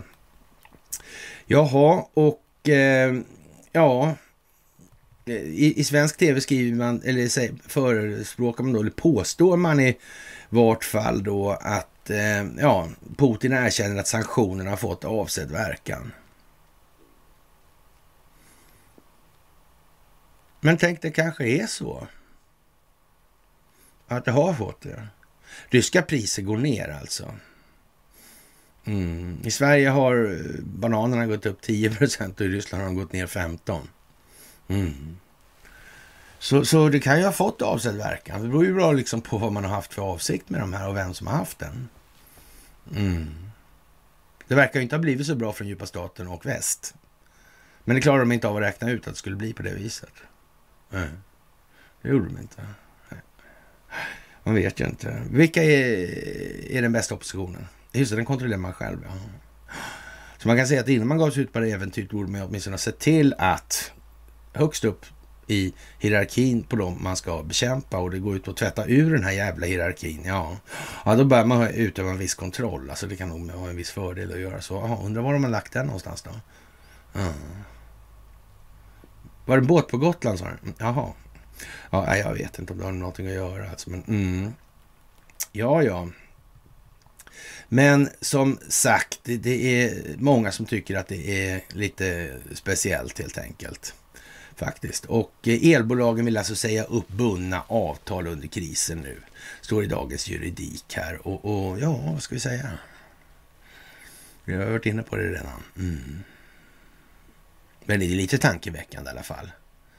Jaha, och eh, ja, i, i svensk tv skriver man, eller säger, förespråkar man då, eller påstår man i vart fall då att eh, ja, Putin erkänner att sanktionerna har fått avsedd verkan. Men tänk, det kanske är så att det har fått det. Ryska priser går ner alltså. Mm. I Sverige har bananerna gått upp tio procent och i Ryssland har de gått ner femton. Mm. Så, så det kan ju ha fått avsedd verkan. Det beror ju bra liksom på vad man har haft för avsikt med de här och vem som har haft den. Mm. Det verkar ju inte ha blivit så bra från djupa staten och väst. Men det klarar de inte av att räkna ut att det skulle bli på det viset. Nej. Det gjorde de inte. Nej. Man vet ju inte. Vilka är, är den bästa oppositionen? Just det, den kontrollerar man själv. Ja. Så man kan säga att innan man gav sig ut på det äventyret borde man åtminstone se till att högst upp i hierarkin på dem man ska bekämpa och det går ut att tvätta ur den här jävla hierarkin. Ja, ja då börjar man utöva en viss kontroll. Alltså det kan nog ha en viss fördel att göra så. Ja, undrar var de har lagt den någonstans då? Ja. Var det en båt på Gotland, sa du? Jaha. Ja, jag vet inte om det har någonting att göra. Alltså, men, mm. Ja, ja. Men som sagt, det, det är många som tycker att det är lite speciellt helt enkelt. Faktiskt. Och elbolagen vill alltså säga upp bundna avtal under krisen nu. Står i dagens juridik här. Och, och ja, vad ska vi säga? Vi har varit inne på det redan. Mm. Men det är lite tankeväckande i alla fall.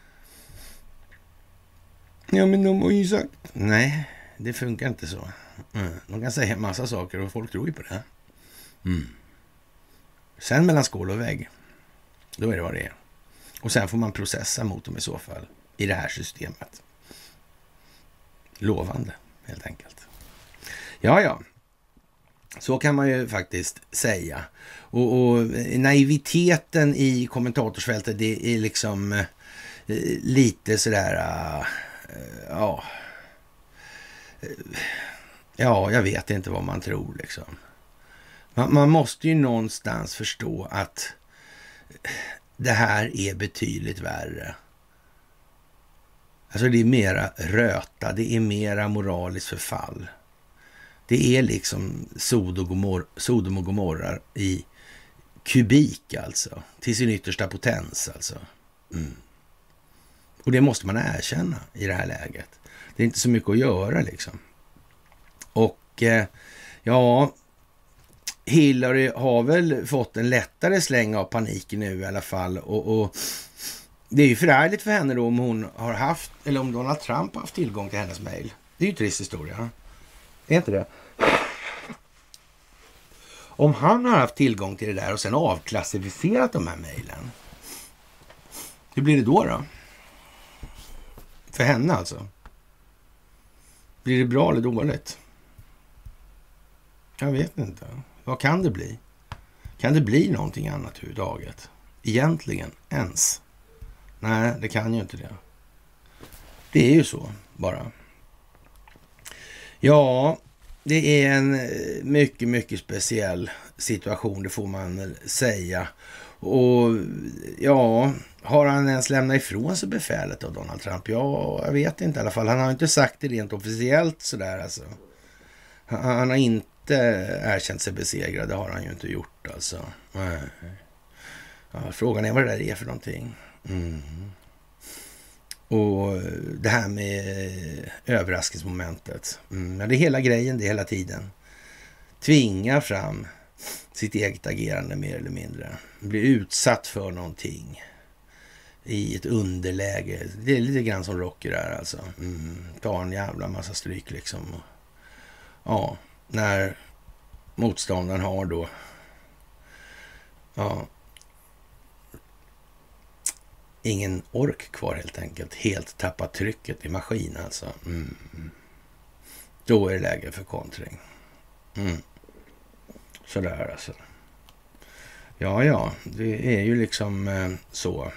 Ja, men de har ju sagt... Nej, det funkar inte så. Mm. De kan säga en massa saker och folk tror ju på det. Mm. Sen mellan skål och vägg, då är det vad det är. Och sen får man processa mot dem i så fall i det här systemet. Lovande, helt enkelt. Ja, ja. Så kan man ju faktiskt säga. Och, och naiviteten i kommentatorsfältet, det är liksom eh, lite sådär... Uh, ja... Uh, ja, jag vet inte vad man tror liksom. Man, man måste ju någonstans förstå att det här är betydligt värre. Alltså det är mera röta, det är mera moraliskt förfall. Det är liksom Sodom och Gomorra i kubik alltså. Till sin yttersta potens alltså. Mm. Och det måste man erkänna i det här läget. Det är inte så mycket att göra liksom. Och eh, ja... Hillary har väl fått en lättare släng av paniken nu i alla fall. Och, och det är ju förärligt för henne då om hon har haft, eller om Donald Trump har haft tillgång till hennes mejl. Det är ju en trist historia. Är inte det? Om han har haft tillgång till det där och sen avklassificerat de här mejlen. Hur blir det då då? För henne alltså. Blir det bra eller dåligt? Jag vet inte. Vad kan det bli? Kan det bli någonting annat överhuvudtaget? Egentligen ens? Nej, det kan ju inte det. Det är ju så bara. Ja, det är en mycket, mycket speciell situation, det får man väl säga. Och ja, har han ens lämnat ifrån sig befälet av Donald Trump? Ja, jag vet inte i alla fall. Han har inte sagt det rent officiellt sådär alltså. Han, han har inte erkänt sig besegrad, det har han ju inte gjort alltså. Nej. Ja, frågan är vad det där är för någonting. Mm. Och det här med överraskningsmomentet. Mm. Ja, det är hela grejen, det är hela tiden. Tvinga fram sitt eget agerande mer eller mindre. Blir utsatt för någonting i ett underläge. Det är lite grann som Rocky där alltså. Mm. Tar en jävla massa stryk liksom. Ja, när motståndaren har då ja, ingen ork kvar helt enkelt. Helt tappat trycket i maskinen alltså. Mm. Då är det läge för kontring. Mm. Sådär alltså. Ja, ja. Det är ju liksom eh, så.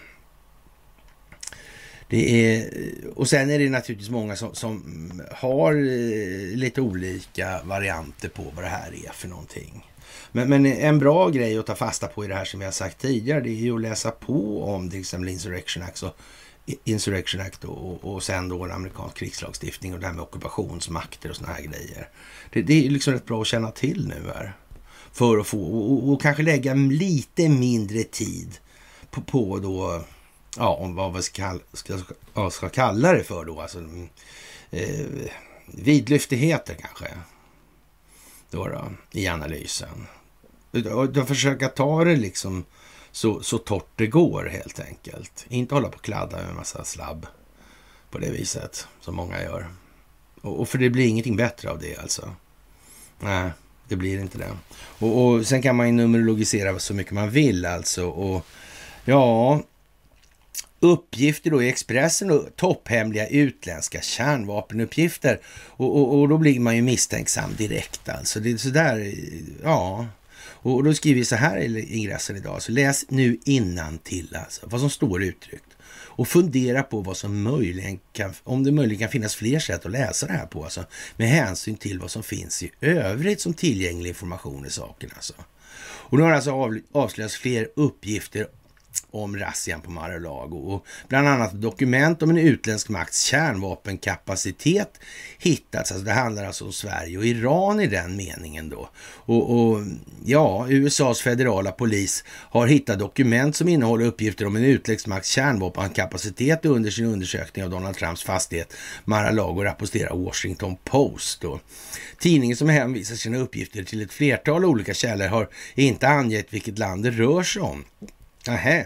Det är, och sen är det naturligtvis många som, som har eh, lite olika varianter på vad det här är för någonting. Men, men en bra grej att ta fasta på i det här som jag har sagt tidigare, det är ju att läsa på om till exempel Insurrection Act och, Insurrection Act och, och sen då en amerikansk krigslagstiftning och det här med ockupationsmakter och såna här grejer. Det, det är liksom rätt bra att känna till nu här. För att få, och, och kanske lägga lite mindre tid på, på då ja, om vad vi ska, ska, ska, ska kalla det för då. Alltså, eh, vidlyftigheter kanske. Då då, i analysen. Att försöka ta det liksom så, så torrt det går helt enkelt. Inte hålla på och kladda med en massa slabb på det viset som många gör. Och, och för det blir ingenting bättre av det alltså. Nej, det blir inte det. Och, och sen kan man ju numerologisera så mycket man vill alltså. Och ja, uppgifter då i Expressen och topphemliga utländska kärnvapenuppgifter. Och, och, och då blir man ju misstänksam direkt alltså. Det är sådär, ja. Och då skriver vi så här i ingressen idag. Så läs nu innantill alltså, vad som står uttryckt. Och fundera på vad som möjligen kan, om det möjligen kan finnas fler sätt att läsa det här på. Alltså, med hänsyn till vad som finns i övrigt som tillgänglig information i saken. Alltså. Och nu har alltså av, avslöjats fler uppgifter om razzian på Mar-a-Lago och bland annat dokument om en utländsk makts kärnvapenkapacitet hittats. Alltså det handlar alltså om Sverige och Iran i den meningen då. Och, och ja, U S A:s federala polis har hittat dokument som innehåller uppgifter om en utländsk makts kärnvapenkapacitet under sin undersökning av Donald Trumps fastighet Mar-a-Lago, rapporterar Washington Post då. Tidningen som hänvisar sina uppgifter till ett flertal olika källor har inte angett vilket land det rör sig om. Nähä.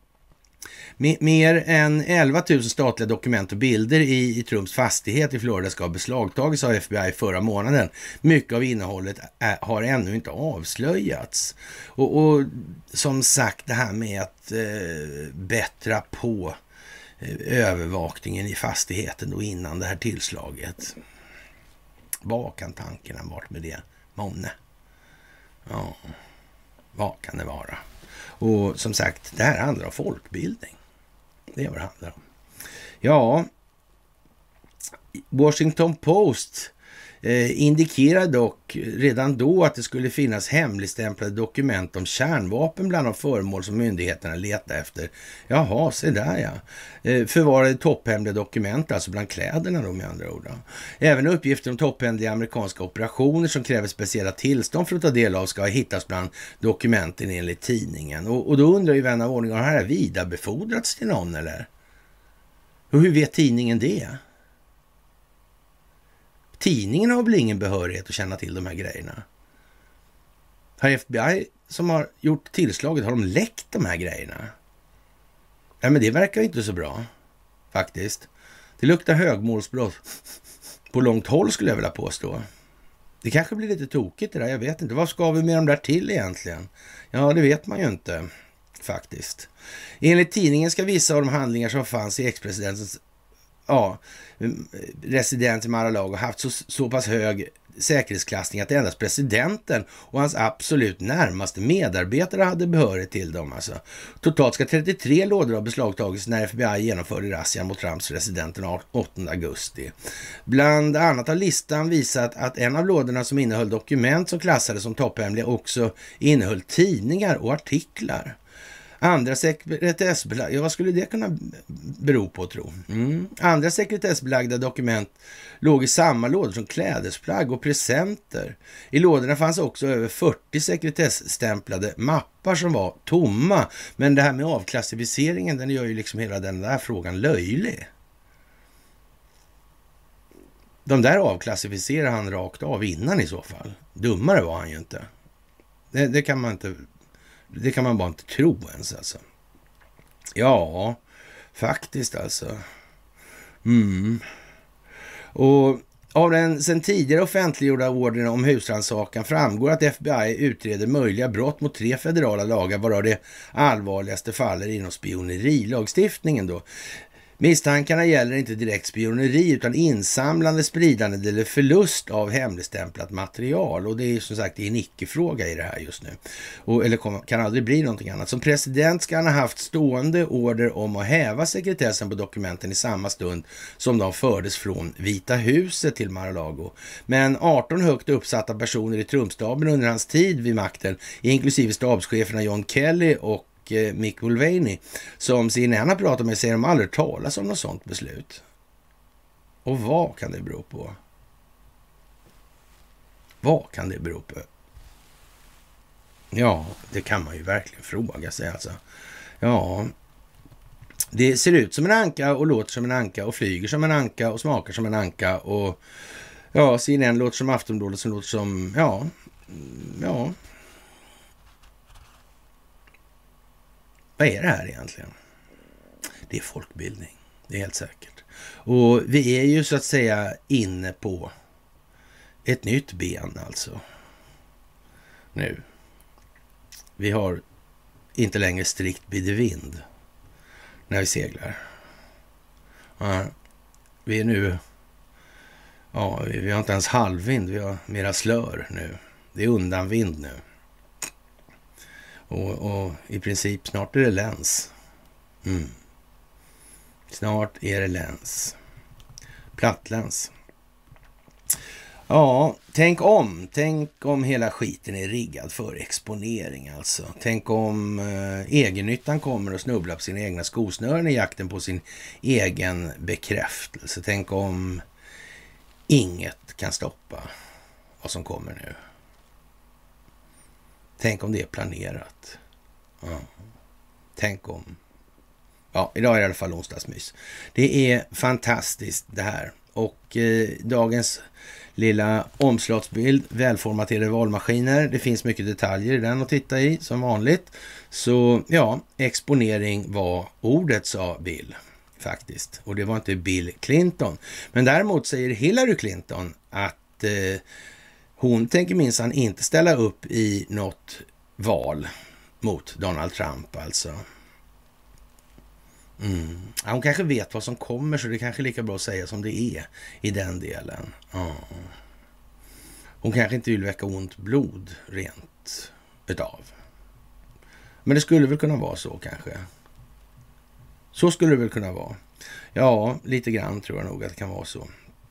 Mer än elva tusen statliga dokument och bilder i, i Trumps fastighet i Florida ska ha beslagtagits av F B I förra månaden. Mycket av innehållet är, har ännu inte avslöjats. Och, och som sagt, det här med att eh, bättra på eh, övervakningen i fastigheten då innan det här tillslaget. Vad kan tanken ha varit med det? Månne. Ja, vad kan det vara? Och som sagt, det här handlar om folkbildning. Det är vad det handlar om. Ja, Washington Post eh, indikerar dock redan då att det skulle finnas hemligstämplade dokument om kärnvapen bland de föremål som myndigheterna letar efter. Jaha, se där ja. Eh, förvarade topphemliga dokument, alltså bland kläderna då med andra ord. Då. Även uppgifter om topphemliga amerikanska operationer som kräver speciella tillstånd för att ta del av ska hittas bland dokumenten enligt tidningen. Och, och då undrar ju vän av ordning, har det här vidarebefordrats till någon eller? Och hur vet tidningen det? Tidningen har väl ingen behörighet att känna till de här grejerna. Har F B I som har gjort tillslaget, har de läckt de här grejerna? Ja, men det verkar inte så bra, faktiskt. Det luktar högmålsbrott på långt håll skulle jag vilja påstå. Det kanske blir lite tokigt det där, jag vet inte. Vad ska vi med dem där till egentligen? Ja, det vet man ju inte, faktiskt. Enligt tidningen ska vissa av de handlingar som fanns i ex-presidentens ja, resident i Mar-a-Lago haft så, så pass hög säkerhetsklassning att endast presidenten och hans absolut närmaste medarbetare hade behörighet till dem. Alltså. Totalt ska trettiotre lådor ha beslagtagits när F B I genomförde razzian mot Trumps resident den åttonde augusti. Bland annat har listan visat att en av lådorna som innehöll dokument som klassades som topphemliga också innehöll tidningar och artiklar. Andra sekretessbelagda, ja, vad skulle det kunna bero på, tro? Mm. Andra sekretessbelagda dokument låg i samma lådor som klädesplagg och presenter. I lådorna fanns också över fyrtio sekretessstämplade mappar som var tomma. Men det här med avklassificeringen, den gör ju liksom hela den där frågan löjlig. De där avklassificerar han rakt av innan i så fall. Dummare var han ju inte. Det, det kan man inte... Det kan man bara inte tro ens alltså. Ja, faktiskt alltså. Mm. Och av den sen tidigare offentliggjorda ordern om husrannsakan framgår att F B I utreder möjliga brott mot tre federala lagar, varav det allvarligaste faller inom spionerilagstiftningen då. Misstankarna gäller inte direkt spioneri utan insamlande, spridande eller förlust av hemligstämplat material. Och det är som sagt en icke-fråga i det här just nu. Och, eller kom, kan aldrig bli någonting annat. Som president ska han ha haft stående order om att häva sekretessen på dokumenten i samma stund som de fördes från Vita huset till Mar-a-Lago. Men arton högt uppsatta personer i Trumpstaben under hans tid vid makten, inklusive stabscheferna John Kelly och Mick Mulvaney, som C N N har pratat med, säger de aldrig talas om något sånt beslut. Och vad kan det bero på? Vad kan det bero på? Ja, det kan man ju verkligen fråga sig alltså. Ja, Det ser ut som en anka och låter som en anka och flyger som en anka och smakar som en anka och ja, C N N låter som Aftonbladet som låter som, ja, ja. Vad är det här egentligen? Det är folkbildning, det är helt säkert. Och vi är ju så att säga inne på ett nytt ben alltså. Nu. Vi har inte längre strikt bidevind när vi seglar. Ja, vi är nu, ja, vi har inte ens halvvind, vi har mera slör nu. Det är undanvind nu. Och, och i princip snart är det läns. Mm. Snart är det läns. Plattläns. Ja, tänk om. Tänk om hela skiten är riggad för exponering alltså. Tänk om eh, egennyttan kommer och snubblar på sina egna skosnören i jakten på sin egen bekräftelse. Tänk om inget kan stoppa vad som kommer nu. Tänk om det är planerat. Ja. Tänk om. Ja, idag är det i alla fall onsdagsmys. Det är fantastiskt det här. Och eh, dagens lilla omslagsbild, välformaterade valmaskiner. Det finns mycket detaljer i den att titta i som vanligt. Så ja, exponering var ordet, sa Bill faktiskt. Och det var inte Bill Clinton. Men däremot säger Hillary Clinton att eh, hon tänker minsann inte ställa upp i något val mot Donald Trump alltså. Mm. Ja, hon kanske vet vad som kommer, så det är kanske lika bra att säga som det är i den delen. Ja. Hon kanske inte vill väcka ont blod rent utav. Men det skulle väl kunna vara så kanske. Så skulle det väl kunna vara. Ja, lite grann tror jag nog att det kan vara så.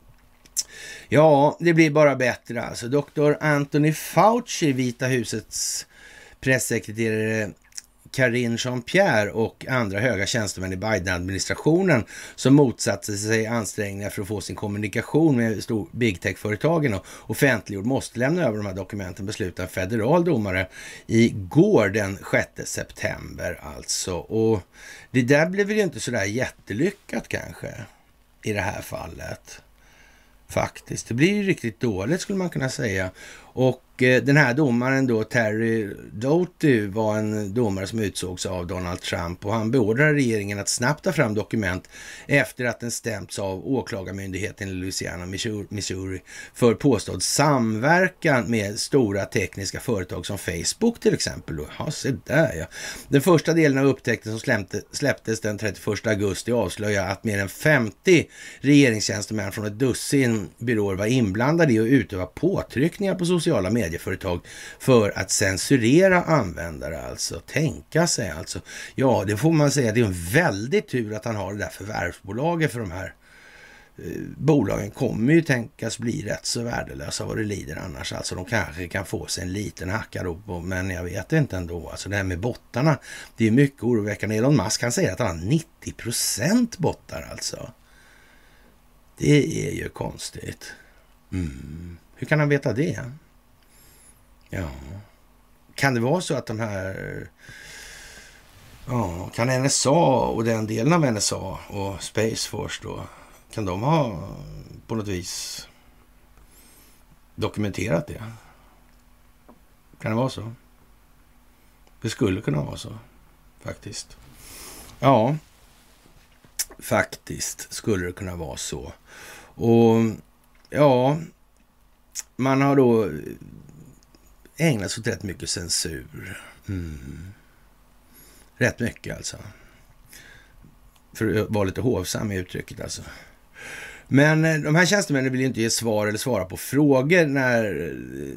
Ja, det blir bara bättre alltså. doktor Anthony Fauci, Vita husets pressekreterare Karine Jean-Pierre och andra höga tjänstemän i Biden-administrationen som motsatte sig ansträngningar för att få sin kommunikation med stor big tech-företagen och offentliggjord måste lämna över de här dokumenten, beslutade en federal domare igår den sjätte september alltså. Och det där blev väl inte sådär jättelyckat kanske i det här fallet. Faktiskt. Det blir ju riktigt dåligt skulle man kunna säga. Och eh, den här domaren då, Terry Doughty, var en domare som utsågs av Donald Trump och han beordrade regeringen att snabbt ta fram dokument efter att den stämts av åklagarmyndigheten i Louisiana, Missouri för påstådd samverkan med stora tekniska företag som Facebook till exempel. Ja, se där ja. Den första delen av upptäckten som släppte, släpptes den trettioförsta augusti avslöjar att mer än femtio regeringstjänstemän från ett dussin byråer var inblandade i att utöva påtryckningar på sociala medieföretag för att censurera användare, alltså tänka sig alltså. Ja, det får man säga, det är en väldigt tur att han har det där förvärvsbolaget, för de här eh, bolagen kommer ju tänkas bli rätt så värdelösa vad det lider annars. Alltså de kanske kan få sig en liten hacka då på, men jag vet inte ändå. Alltså det här med bottarna, det är mycket oroväckande. Elon Musk kan säga att han har nittio procent bottar alltså. Det är ju konstigt. Mm. Hur kan han veta det? Ja. Kan det vara så att de här... Ja, kan N S A och den delen av N S A och Space Force då, kan de ha på något vis dokumenterat det? Kan det vara så? Det skulle kunna vara så, faktiskt. Ja, faktiskt skulle det kunna vara så. Och ja, man har då ägnat sig åt rätt mycket censur. Mm. Rätt mycket alltså. För att vara lite hovsam i uttrycket alltså. Men de här tjänstemännen vill ju inte ge svar eller svara på frågor när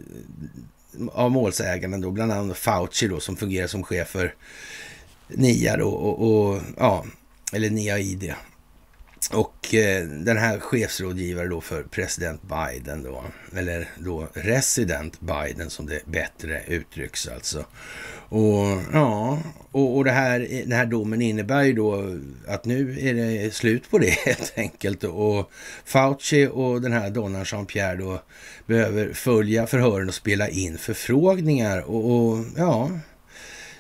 av målsäganden då, bland annat Fauci då, som fungerar som chef för N I A då, och, och ja, eller N I A I D. Och eh, den här chefsrådgivare då för president Biden då, eller då resident Biden som det bättre uttrycks alltså. Och ja, och, och det här, den här domen innebär ju då att nu är det slut på det helt enkelt. Och Fauci och den här Donald Jean-Pierre då behöver följa förhören och spela in förfrågningar. Och, och ja,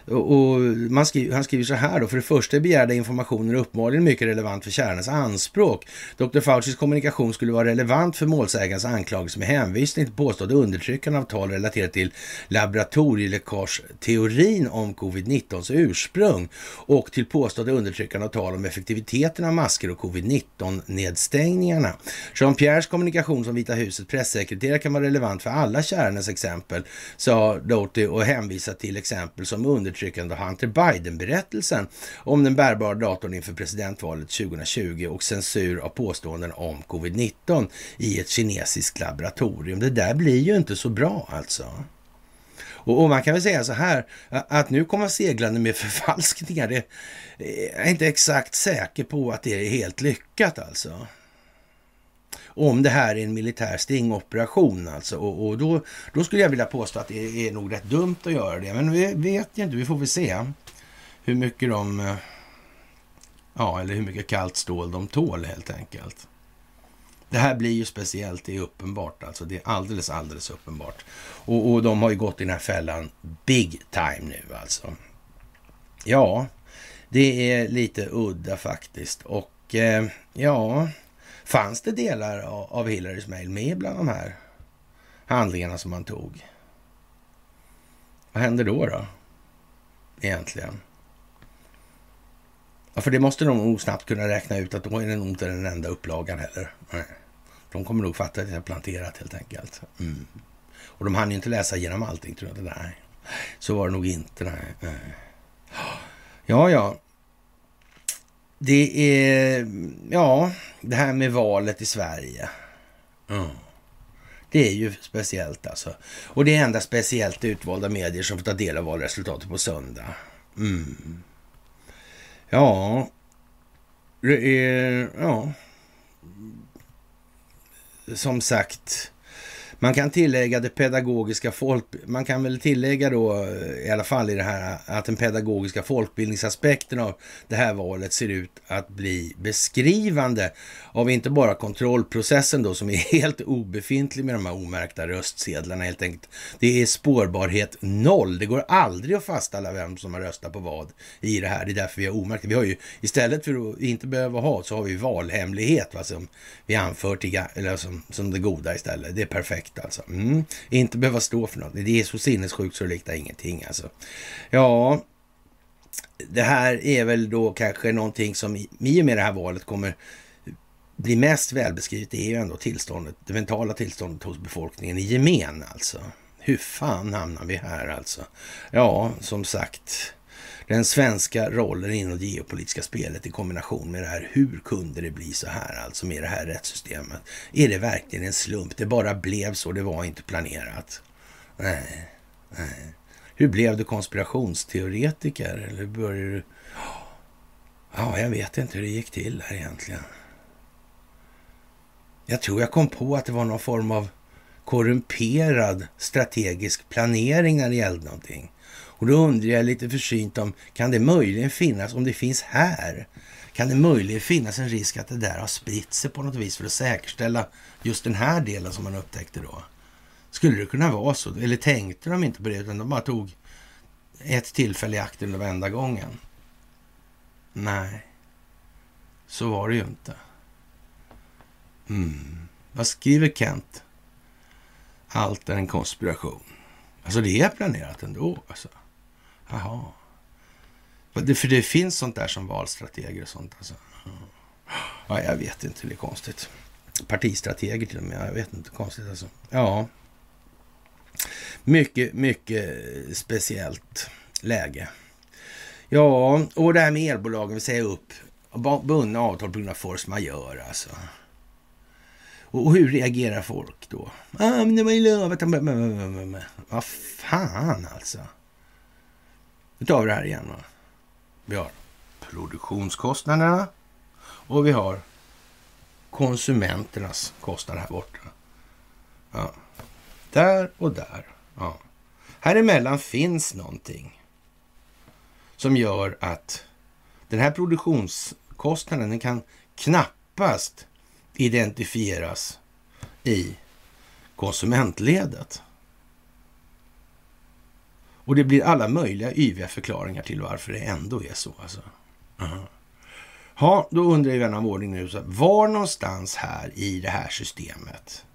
Och, och man skriver, han skriver så här då: för det första begärda informationen är uppenbarligen mycket relevant för kärnans anspråk. doktor Faucis kommunikation skulle vara relevant för målsägarens anklagelse med hänvisning till påstådd undertryckande av tal relaterat till laboratorieläckage-teorin om covid nitton ursprung och till påstådd undertryckande av tal om effektiviteten av masker och covid nitton-nedstängningarna. Jean-Pierres kommunikation som Vita husets pressekreterare kan vara relevant för alla kärnans exempel, sa Doughty och hänvisar till exempel som undertryckande av Hunter Biden-berättelsen om den bärbara datorn inför presidentvalet tjugohundratjugo och censur av påståenden om covid nitton i ett kinesiskt laboratorium. Det där blir ju inte så bra alltså. Och, och man kan väl säga så här, att nu kommer seglande med förfalskningar, det är jag inte exakt säker på att det är helt lyckat alltså. Om det här är en militär stingoperation alltså. Och, och då, då skulle jag vilja påstå att det är nog rätt dumt att göra det. Men vi vet ju inte, vi får väl se hur mycket de, ja, eller hur mycket kallt stål de tål helt enkelt. Det här blir ju speciellt, det är uppenbart alltså. Det är alldeles, alldeles uppenbart. Och, och de har ju gått i den här fällan big time nu alltså. Ja, det är lite udda faktiskt. Och eh, ja... fanns det delar av Hillarys mejl med bland de här handlingarna som man tog? Vad händer då då? Egentligen. Ja, för det måste de nog snabbt kunna räkna ut att då är det nog inte den enda upplagan heller. Nej. De kommer nog fatta att det är planterat helt enkelt. Mm. Och de hann ju inte läsa igenom allting, tror jag. Nej. Så var det nog inte. Nej. Nej. Ja, ja. Det är, ja, det här med valet i Sverige. Mm. Det är ju speciellt alltså. Och det är enda speciellt utvalda medier som får ta del av valresultatet på söndag. Mm. Ja, det är, ja, som sagt, man kan tillägga det pedagogiska folk, man kan väl tillägga då i alla fall i det här att den pedagogiska folkbildningsaspekten av det här valet ser ut att bli beskrivande av inte bara kontrollprocessen då som är helt obefintlig med de här omärkta röstsedlarna helt enkelt. Det är spårbarhet noll. Det går aldrig att fastställa vem som har röstat på vad i det här. Det är därför vi har omärkt. Vi har ju istället för att inte behöva ha så har vi valhemlighet va, som vi anför till, eller som, som det goda istället. Det är perfekt alltså. Mm. Inte behöva stå för något. Det är så sinnessjukt så det liknar ingenting alltså. Ja, det här är väl då kanske någonting som i, i och med det här valet kommer bli mest välbeskrivet. Det är ju ändå tillståndet, det mentala tillståndet hos befolkningen i gemen alltså. Hur fan hamnar vi här alltså? Ja, som sagt, den svenska rollen inom det geopolitiska spelet i kombination med det här, hur kunde det bli så här alltså med det här rättssystemet? Är det verkligen en slump? Det bara blev så, det var inte planerat. Nej, nej. Hur blev du konspirationsteoretiker? Eller började du... Ja, jag vet inte hur det gick till här egentligen. Jag tror jag kom på att det var någon form av korrumperad strategisk planering när det gällde någonting. Och då undrar jag lite försynt om, kan det möjligen finnas, om det finns här, kan det möjligen finnas en risk att det där har spritt sig på något vis för att säkerställa just den här delen som man upptäckte då? Skulle det kunna vara så? Eller tänkte de inte på det utan de bara tog ett tillfälle i akten den enda gången? Nej, så var det ju inte. Mm. Vad skriver Kent? Allt är en konspiration. Alltså det är planerat ändå alltså. Jaha. Det, för det finns sånt där som valstrateger och sånt alltså. Ja, jag vet inte, det är konstigt. Partistrateger till och med, jag vet inte, konstigt alltså. Ja. Mycket, mycket speciellt läge. Ja, och det här med elbolagen vill säga upp bundna avtal på grund av force majeure alltså. Och hur reagerar folk då? Ah, men det var ju lövet. Vad fan alltså. Nu tar vi det här igen va. Vi har produktionskostnaderna och vi har konsumenternas kostnader här borta. Ja. Där och där. Ja. Här emellan finns någonting som gör att den här produktionskostnaden den kan knappast identifieras i konsumentledet. Och det blir alla möjliga yviga förklaringar till varför det ändå är så. Alltså. Uh-huh. Ja, då undrar ju vän av ordning nu, så var någonstans här i det här systemet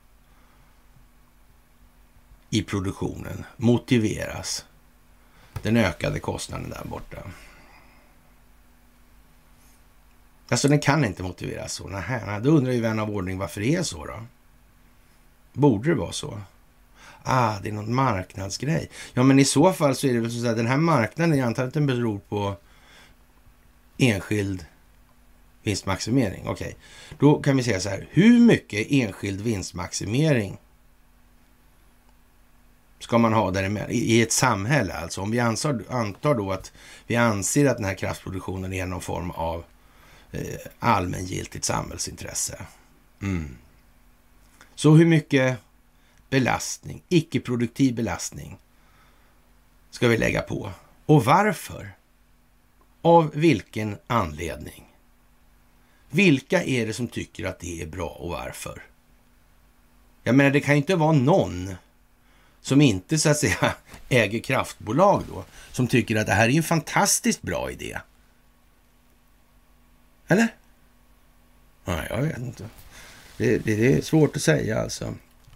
i produktionen motiveras den ökade kostnaden där borta? Alltså den kan inte motiveras så. Nähä, då undrar ju vän av ordning varför det är så då. Borde det vara så? Ah, det är någon marknadsgrej. Ja, men i så fall så är det väl så att den här marknaden, jag antar att den beror på enskild vinstmaximering. Okej, okay. Då kan vi säga så här. Hur mycket enskild vinstmaximering ska man ha däremellan i ett samhälle? Alltså om vi antar, antar då att vi anser att den här kraftproduktionen är någon form av eh, allmängiltigt samhällsintresse. Mm. Så hur mycket belastning, icke-produktiv belastning ska vi lägga på? Och varför? Av vilken anledning? Vilka är det som tycker att det är bra och varför? Jag menar, det kan ju inte vara någon som inte så att säga äger kraftbolag då, som tycker att det här är en fantastiskt bra idé. Eller? Nej, jag vet inte. Det, det, det är svårt att säga alltså.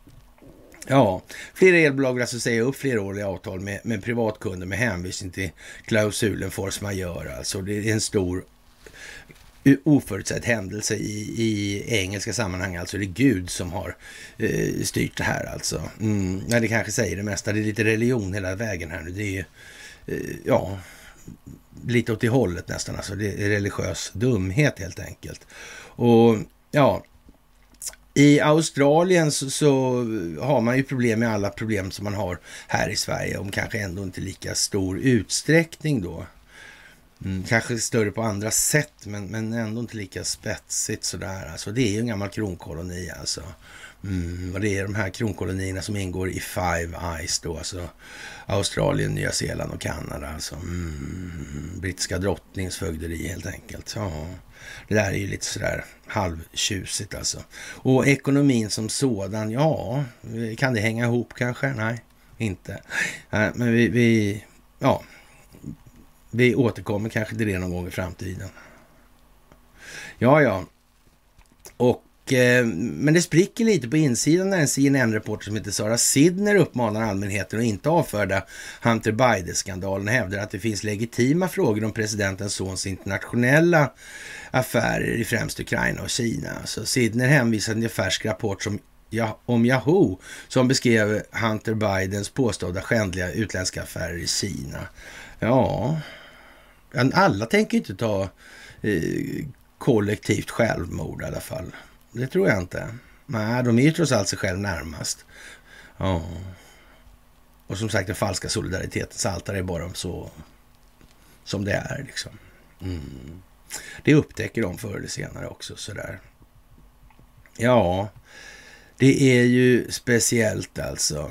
Ja, flera elbolag vill alltså säga upp fleråriga avtal med, med privatkunder med hänvisning till klausulen force majeure. Alltså det är en stor oförutsedd händelse i, i engelska sammanhang. Alltså det är Gud som har eh, styrt det här alltså. Mm, nej, det kanske säger det mesta. Det är lite religion hela vägen här nu. Det är eh, ja, lite åt det hållet nästan. Alltså det är religiös dumhet helt enkelt. Och ja, i Australien så, så har man ju problem med alla problem som man har här i Sverige, om kanske ändå inte lika stor utsträckning då. Mm, kanske större på andra sätt, men, men ändå inte lika spetsigt sådär. Alltså det är ju en gammal kronkoloni alltså. Mm, och det är de här kronkolonierna som ingår i Five Eyes då, alltså Australien, Nya Zeeland och Kanada. Alltså mm, brittiska drottnings fögderi helt enkelt. Ja, det där är ju lite sådär halvtjusigt alltså. Och ekonomin som sådan, ja, kan det hänga ihop kanske? Nej, inte. Nej, men vi, vi ja, vi återkommer kanske till det någon gång i framtiden. Ja, ja. Och men det spricker lite på insidan när en C N N-reporter som heter Sarah Sidner uppmanar allmänheten att inte avfärda Hunter Biden-skandalen och hävdar att det finns legitima frågor om presidentens sons internationella affärer i främst Ukraina och Kina. Så Sidner hänvisar till en färsk rapport som, ja, om Yahoo som beskrev Hunter Bidens påstådda skändliga utländska affärer i Kina. Ja, alla tänker inte ta eh, kollektivt självmord i alla fall. Det tror jag inte. Nej, de är ju trots allt sig själv närmast. Ja. Och som sagt, den falska solidaritetens altare är bara så som det är liksom. Mm. Det upptäcker de förr eller senare också sådär. Ja, det är ju speciellt alltså.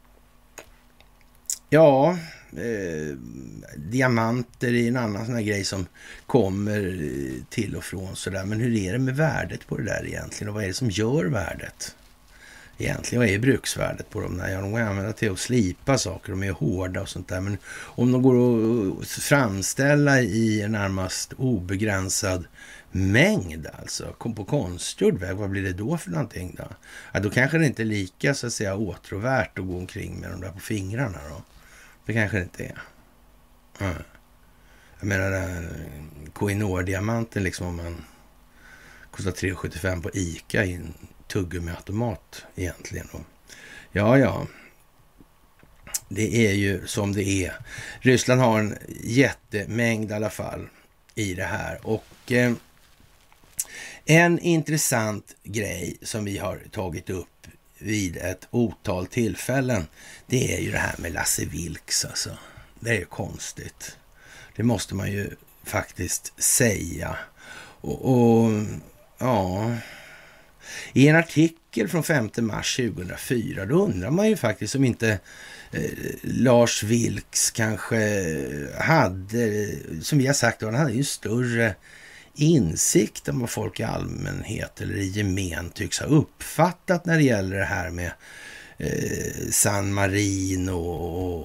Ja, eh, diamanter är en annan sån här grej som kommer till och från sådär. Men hur är det med värdet på det där egentligen? Och vad är det som gör värdet? Egentligen, vad är bruksvärdet på dem där? Ja, de kan använda till att slipa saker, de är hårda och sånt där. Men om de går att framställa i en närmast obegränsad mängd, alltså på konstgjord väg, vad blir det då för någonting då? Ja, då kanske det inte är lika så att säga åtråvärt att gå omkring med de där på fingrarna då. Det kanske det inte är. Mm. Jag menar den Koh-i-Noor-diamanten liksom, om man kostar tre komma sjuttiofem på Ica i en tuggummiautomat egentligen. Och ja, ja. Det är ju som det är. Ryssland har en jättemängd i alla fall i det här. Och eh, en intressant grej som vi har tagit upp vid ett otal tillfällen, det är ju det här med Lasse Vilks alltså. Det är ju konstigt. Det måste man ju faktiskt säga. Och, och ja, i en artikel från femte mars tjugohundrafyra då undrar man ju faktiskt om inte eh, Lars Vilks kanske hade, som vi har sagt, han hade ju större insikt om vad folk i allmänhet eller i gemen tycks ha uppfattat när det gäller det här med eh, San Marino och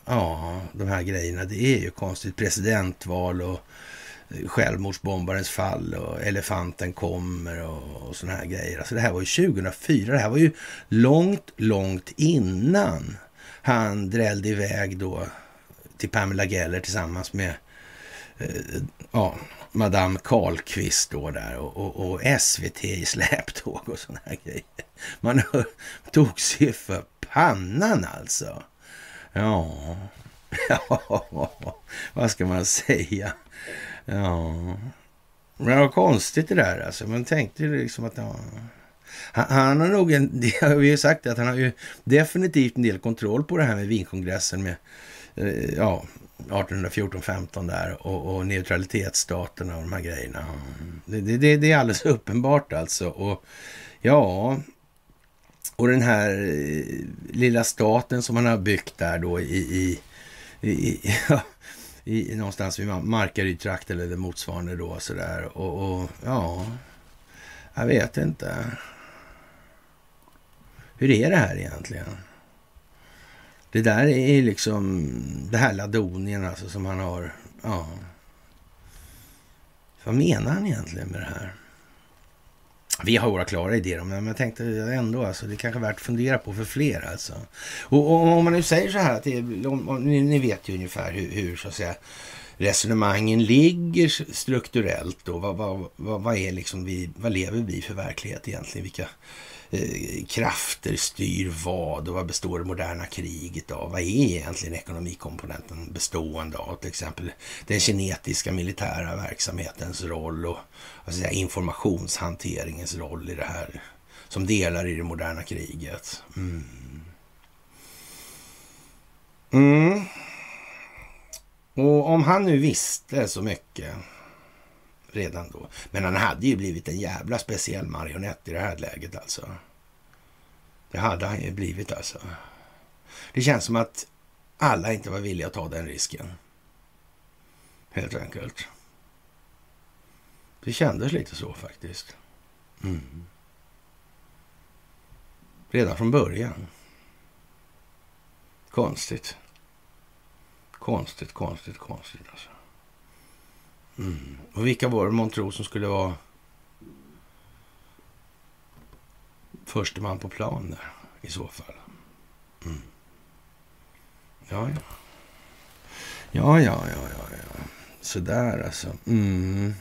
ja, de här grejerna, det är ju konstigt. Presidentval och självmordsbombarens fall och elefanten kommer och, och såna här grejer. Alltså det här var ju tjugohundrafyra, det här var ju långt, långt innan han drällde iväg då till Pamela Geller tillsammans med eh, ja, Madame Karlqvist då där och, och, och S V T i släptåg och såna här grejer. Man tog sig för pannan alltså. Ja, ja, vad ska man säga? Ja, men det var konstigt det där alltså. Man tänkte liksom att ja, han, han har nog en, det har vi ju sagt att han har ju definitivt en del kontroll på det här med Wienkongressen med eh, ja, arton fjorton femton där och, och neutralitetsstaterna och de här grejerna. Det, det, det är alldeles uppenbart alltså. Och ja, och den här eh, lilla staten som man har byggt där då i, i, i, i ja, i, någonstans vid Markaryd-trakten eller motsvarande då sådär. Och, och ja, jag vet inte. Hur är det här egentligen? Det där är liksom det här Ladonien alltså som han har, ja. Vad menar han egentligen med det här? Vi har våra klara idéer om det, men jag tänkte ändå alltså, det är kanske värt att fundera på för fler alltså. Och, och om man nu säger så här, att det är, om, om, ni, ni vet ju ungefär hur, hur så att säga resonemangen ligger strukturellt då. Vad, vad, vad, vad är liksom vi, vad lever vi för verklighet egentligen? Vilka eh, krafter styr vad och vad består det moderna kriget av? Vad är egentligen ekonomikomponenten bestående av? Till exempel den kinetiska militära verksamhetens roll och alltså, säga, informationshanteringens roll i det här som delar i det moderna kriget. Mm. Mm. Och om han nu visste så mycket redan då, men han hade ju blivit en jävla speciell marionett i det här läget alltså. Det hade han ju blivit alltså. Det känns som att alla inte var villiga att ta den risken. Helt enkelt. Det kändes lite så faktiskt. Mm. Redan från början. Konstigt. Konstigt, konstigt, konstigt alltså. Mm. Och vilka var det man tror som skulle vara första man på plan där i så fall? Mm. Ja, ja. Ja, ja, ja, ja, ja. Sådär alltså. Mm.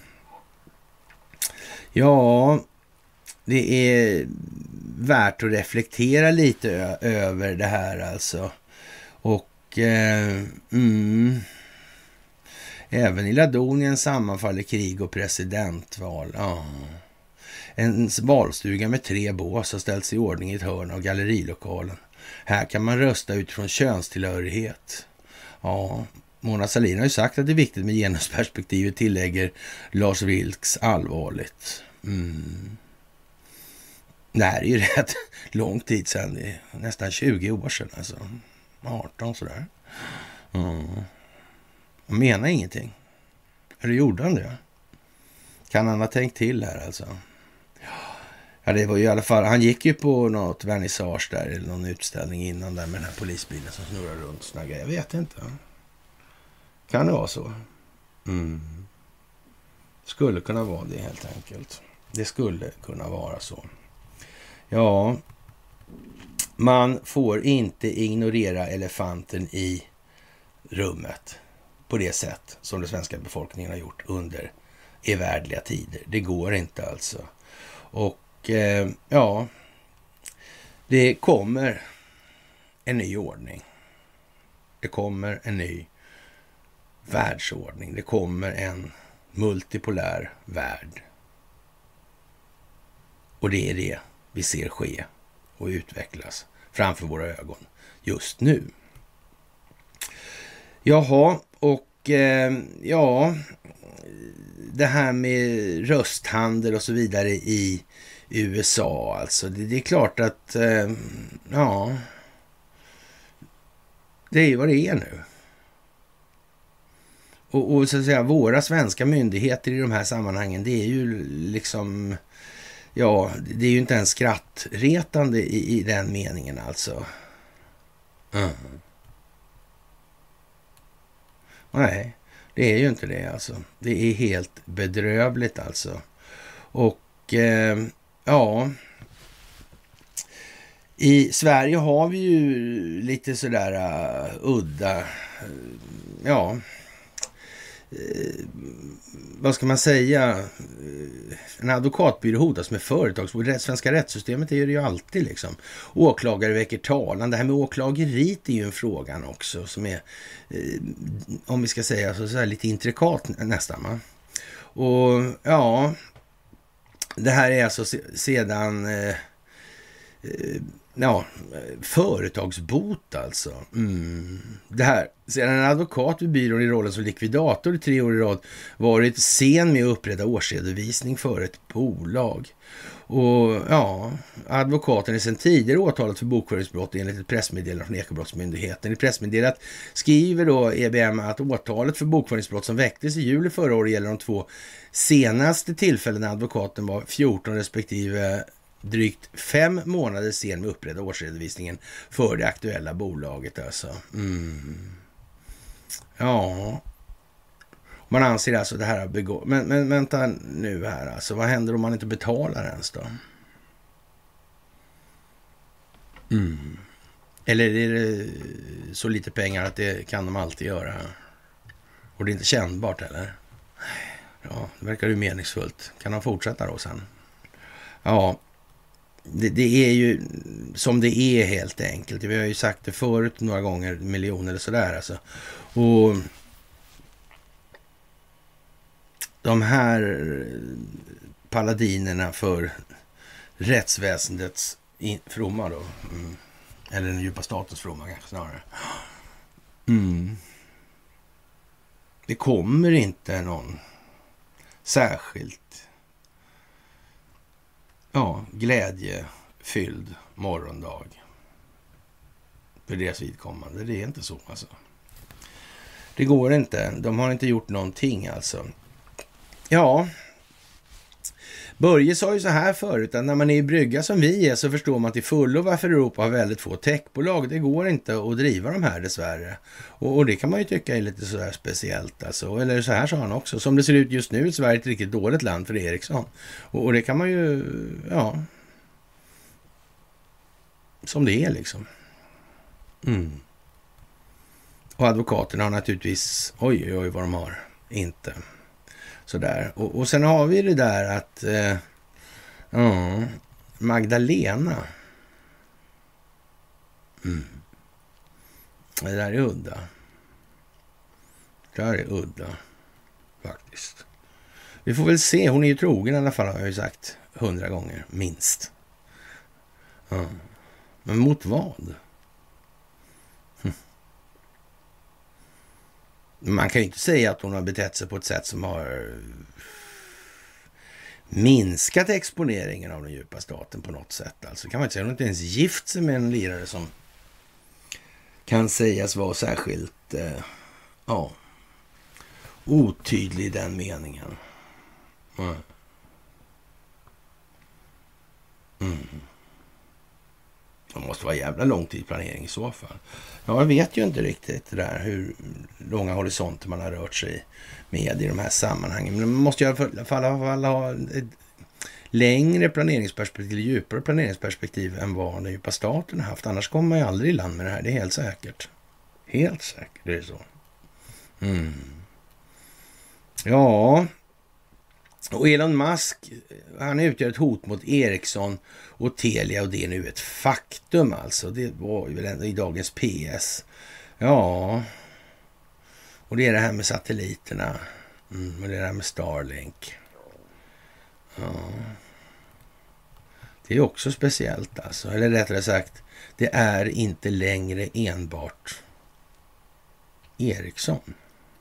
Ja, det är värt att reflektera lite ö- över det här alltså. Och eh, mm, även i Ladonien sammanfaller krig och presidentval. Ja. En valstuga med tre bås har ställts i ordning i ett hörn av gallerilokalen. Här kan man rösta utifrån könstillhörighet. Ja, Mona Sahlin har ju sagt att det är viktigt med genusperspektivet, tillägger Lars Vilks allvarligt. Mm. Det här är ju rätt lång tid sedan, nästan tjugo år sedan alltså. arton sådär. Mm. Han menar ingenting. Eller gjorde han det? Kan han ha tänkt till här alltså? Ja, det var ju i alla fall, han gick ju på något vernissage där, eller någon utställning innan där med den här polisbilen som snurrar runt såna grejer. Jag vet inte. Kan det vara så? Mm. Skulle kunna vara det helt enkelt. Det skulle kunna vara så. Ja, man får inte ignorera elefanten i rummet på det sätt som den svenska befolkningen har gjort under evärdliga tider. Det går inte alltså. Och eh, ja, det kommer en ny ordning. Det kommer en ny världsordning. Det kommer en multipolär värld. Och det är det vi ser ske och utvecklas framför våra ögon just nu. Jaha, och eh, ja, det här med rösthandel och så vidare i U S A alltså. Det, det är klart att eh, ja, det är ju vad det är nu. Och, och så att säga, våra svenska myndigheter i de här sammanhangen, det är ju liksom, ja, det är ju inte ens skrattretande i, i den meningen alltså. Mm. Nej, det är ju inte det alltså. Det är helt bedrövligt alltså. Och eh, ja, i Sverige har vi ju lite sådär uh, udda, uh, ja, uh, vad ska man säga, uh, en advokatbyrå hotas med företagsbord. Det svenska rättssystemet är ju alltid liksom. Åklagare väcker talan. Det här med åklageriet är ju en frågan också som är, uh, om vi ska säga så, så här lite intrikat nästan. Va? Och ja, det här är alltså sedan uh, uh, ja, företagsbot alltså. Mm. Det här, sedan en advokat vid byrån i rollen som likvidator i tre år i rad varit sen med att upprätta årsredovisning för ett bolag. Och ja, advokaten är sedan tidigare åtalat för bokföringsbrott enligt ett pressmeddelande från Ekobrottsmyndigheten. I pressmeddelandet skriver då E B M att åtalet för bokföringsbrott som väcktes i juli förra året gäller de två senaste tillfällen när advokaten var fjorton respektive drygt fem månader sen med upprätta årsredovisningen för det aktuella bolaget alltså. Mm. Ja. Man anser alltså det här har begått. Men, men vänta nu här alltså. Vad händer om man inte betalar ens då? Mm. Eller är det så lite pengar att det kan de alltid göra? Och det är inte kännbart eller? Ja, det verkar ju meningsfullt. Kan de fortsätta då sen? Ja. Det, det är ju som det är helt enkelt. Vi har ju sagt det förut några gånger, miljoner eller sådär alltså. Och de här paladinerna för rättsväsendets fromma då. Mm. Eller den djupa statens fromma kanske snarare. Mm. Det kommer inte någon särskilt ja, glädjefylld morgondag för deras vidkommande. Det är inte så alltså. Det går inte. De har inte gjort någonting alltså. Ja. Börje sa ju så här förut att när man är i brygga som vi är så förstår man till fullo varför Europa har väldigt få techbolag. Det går inte att driva de här dessvärre. Och, och det kan man ju tycka är lite sådär speciellt alltså. Eller så här sa han också. Som det ser ut just nu är Sverige ett riktigt dåligt land för Ericsson. Och, och det kan man ju, ja. Som det är liksom. Mm. Och advokaterna har naturligtvis, oj oj oj vad de har. Inte. Sådär. Och, och sen har vi det där att eh, ja, Magdalena. Mm. Det där är udda. Det där är udda. Faktiskt. Vi får väl se. Hon är ju trogen i alla fall har jag ju sagt hundra gånger. Minst. Ja. Men mot vad? Hm. Man kan ju inte säga att hon har betett sig på ett sätt som har minskat exponeringen av den djupa staten på något sätt. Alltså kan man inte säga. Hon har inte ens gift sig med en lirare som kan sägas vara särskilt eh, ja, otydlig i den meningen. Mm. Mm. Det måste vara jävla lång tid planering i så fall. Ja, jag vet ju inte riktigt det där hur långa horisonter man har rört sig med i de här sammanhangen. Men man måste ju i alla fall ha ett längre planeringsperspektiv, djupare planeringsperspektiv än vad den djupa staten har haft. Annars kommer man ju aldrig i land med det här, det är helt säkert. Helt säkert, det är så. Mm. Ja, och Elon Musk, han utgör ett hot mot Ericsson och Telia och det är nu ett faktum alltså. Det var ju väl ändå i dagens P S. Ja, och det är det här med satelliterna. Mm, och det är det här med Starlink. Ja. Det är också speciellt alltså. Eller rättare sagt, det är inte längre enbart Ericsson.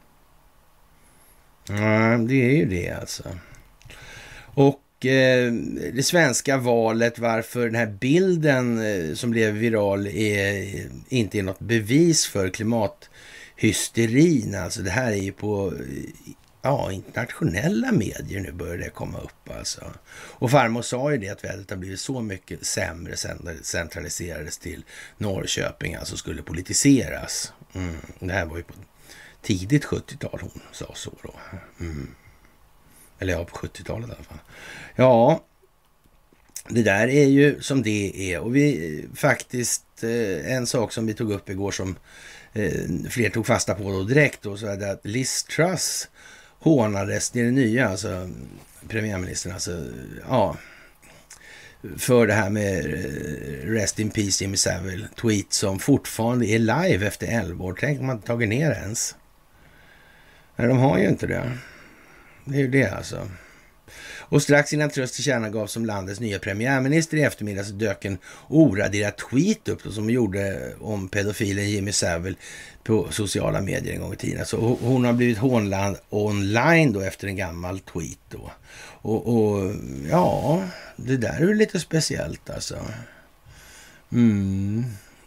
Ja, det är ju det alltså. Och eh, det svenska valet, varför den här bilden eh, som blev viral är, inte är något bevis för klimathysterin. Alltså det här är ju på ja, internationella medier nu börjar det komma upp alltså. Och farmor sa ju det att vädret har blivit så mycket sämre sen centraliserades till Norrköping, alltså skulle politiseras. Mm, det här var ju på tidigt sjuttiotal hon sa så då. Mm. Eller ja, på sjuttiotalet i alla fall. Ja, det där är ju som det är. Och vi faktiskt, eh, en sak som vi tog upp igår som eh, fler tog fasta på då direkt då, så är det att Liz Truss hånades, det är det nya, alltså premiärministern, alltså ja, för det här med Rest in Peace Jimmy Savile tweet som fortfarande är live efter elva år. Tänk om man inte tagit ner ens. Men de har ju inte det. Det är ju det alltså. Och strax innan Truss tillkännagav som landets nya premiärminister i eftermiddag så dök en oraderad tweet upp då, som gjorde om pedofilen Jimmy Savile på sociala medier en gång i tiden. Så hon har blivit hånland online då efter en gammal tweet då. Och, och ja, det där är ju lite speciellt alltså. Mm.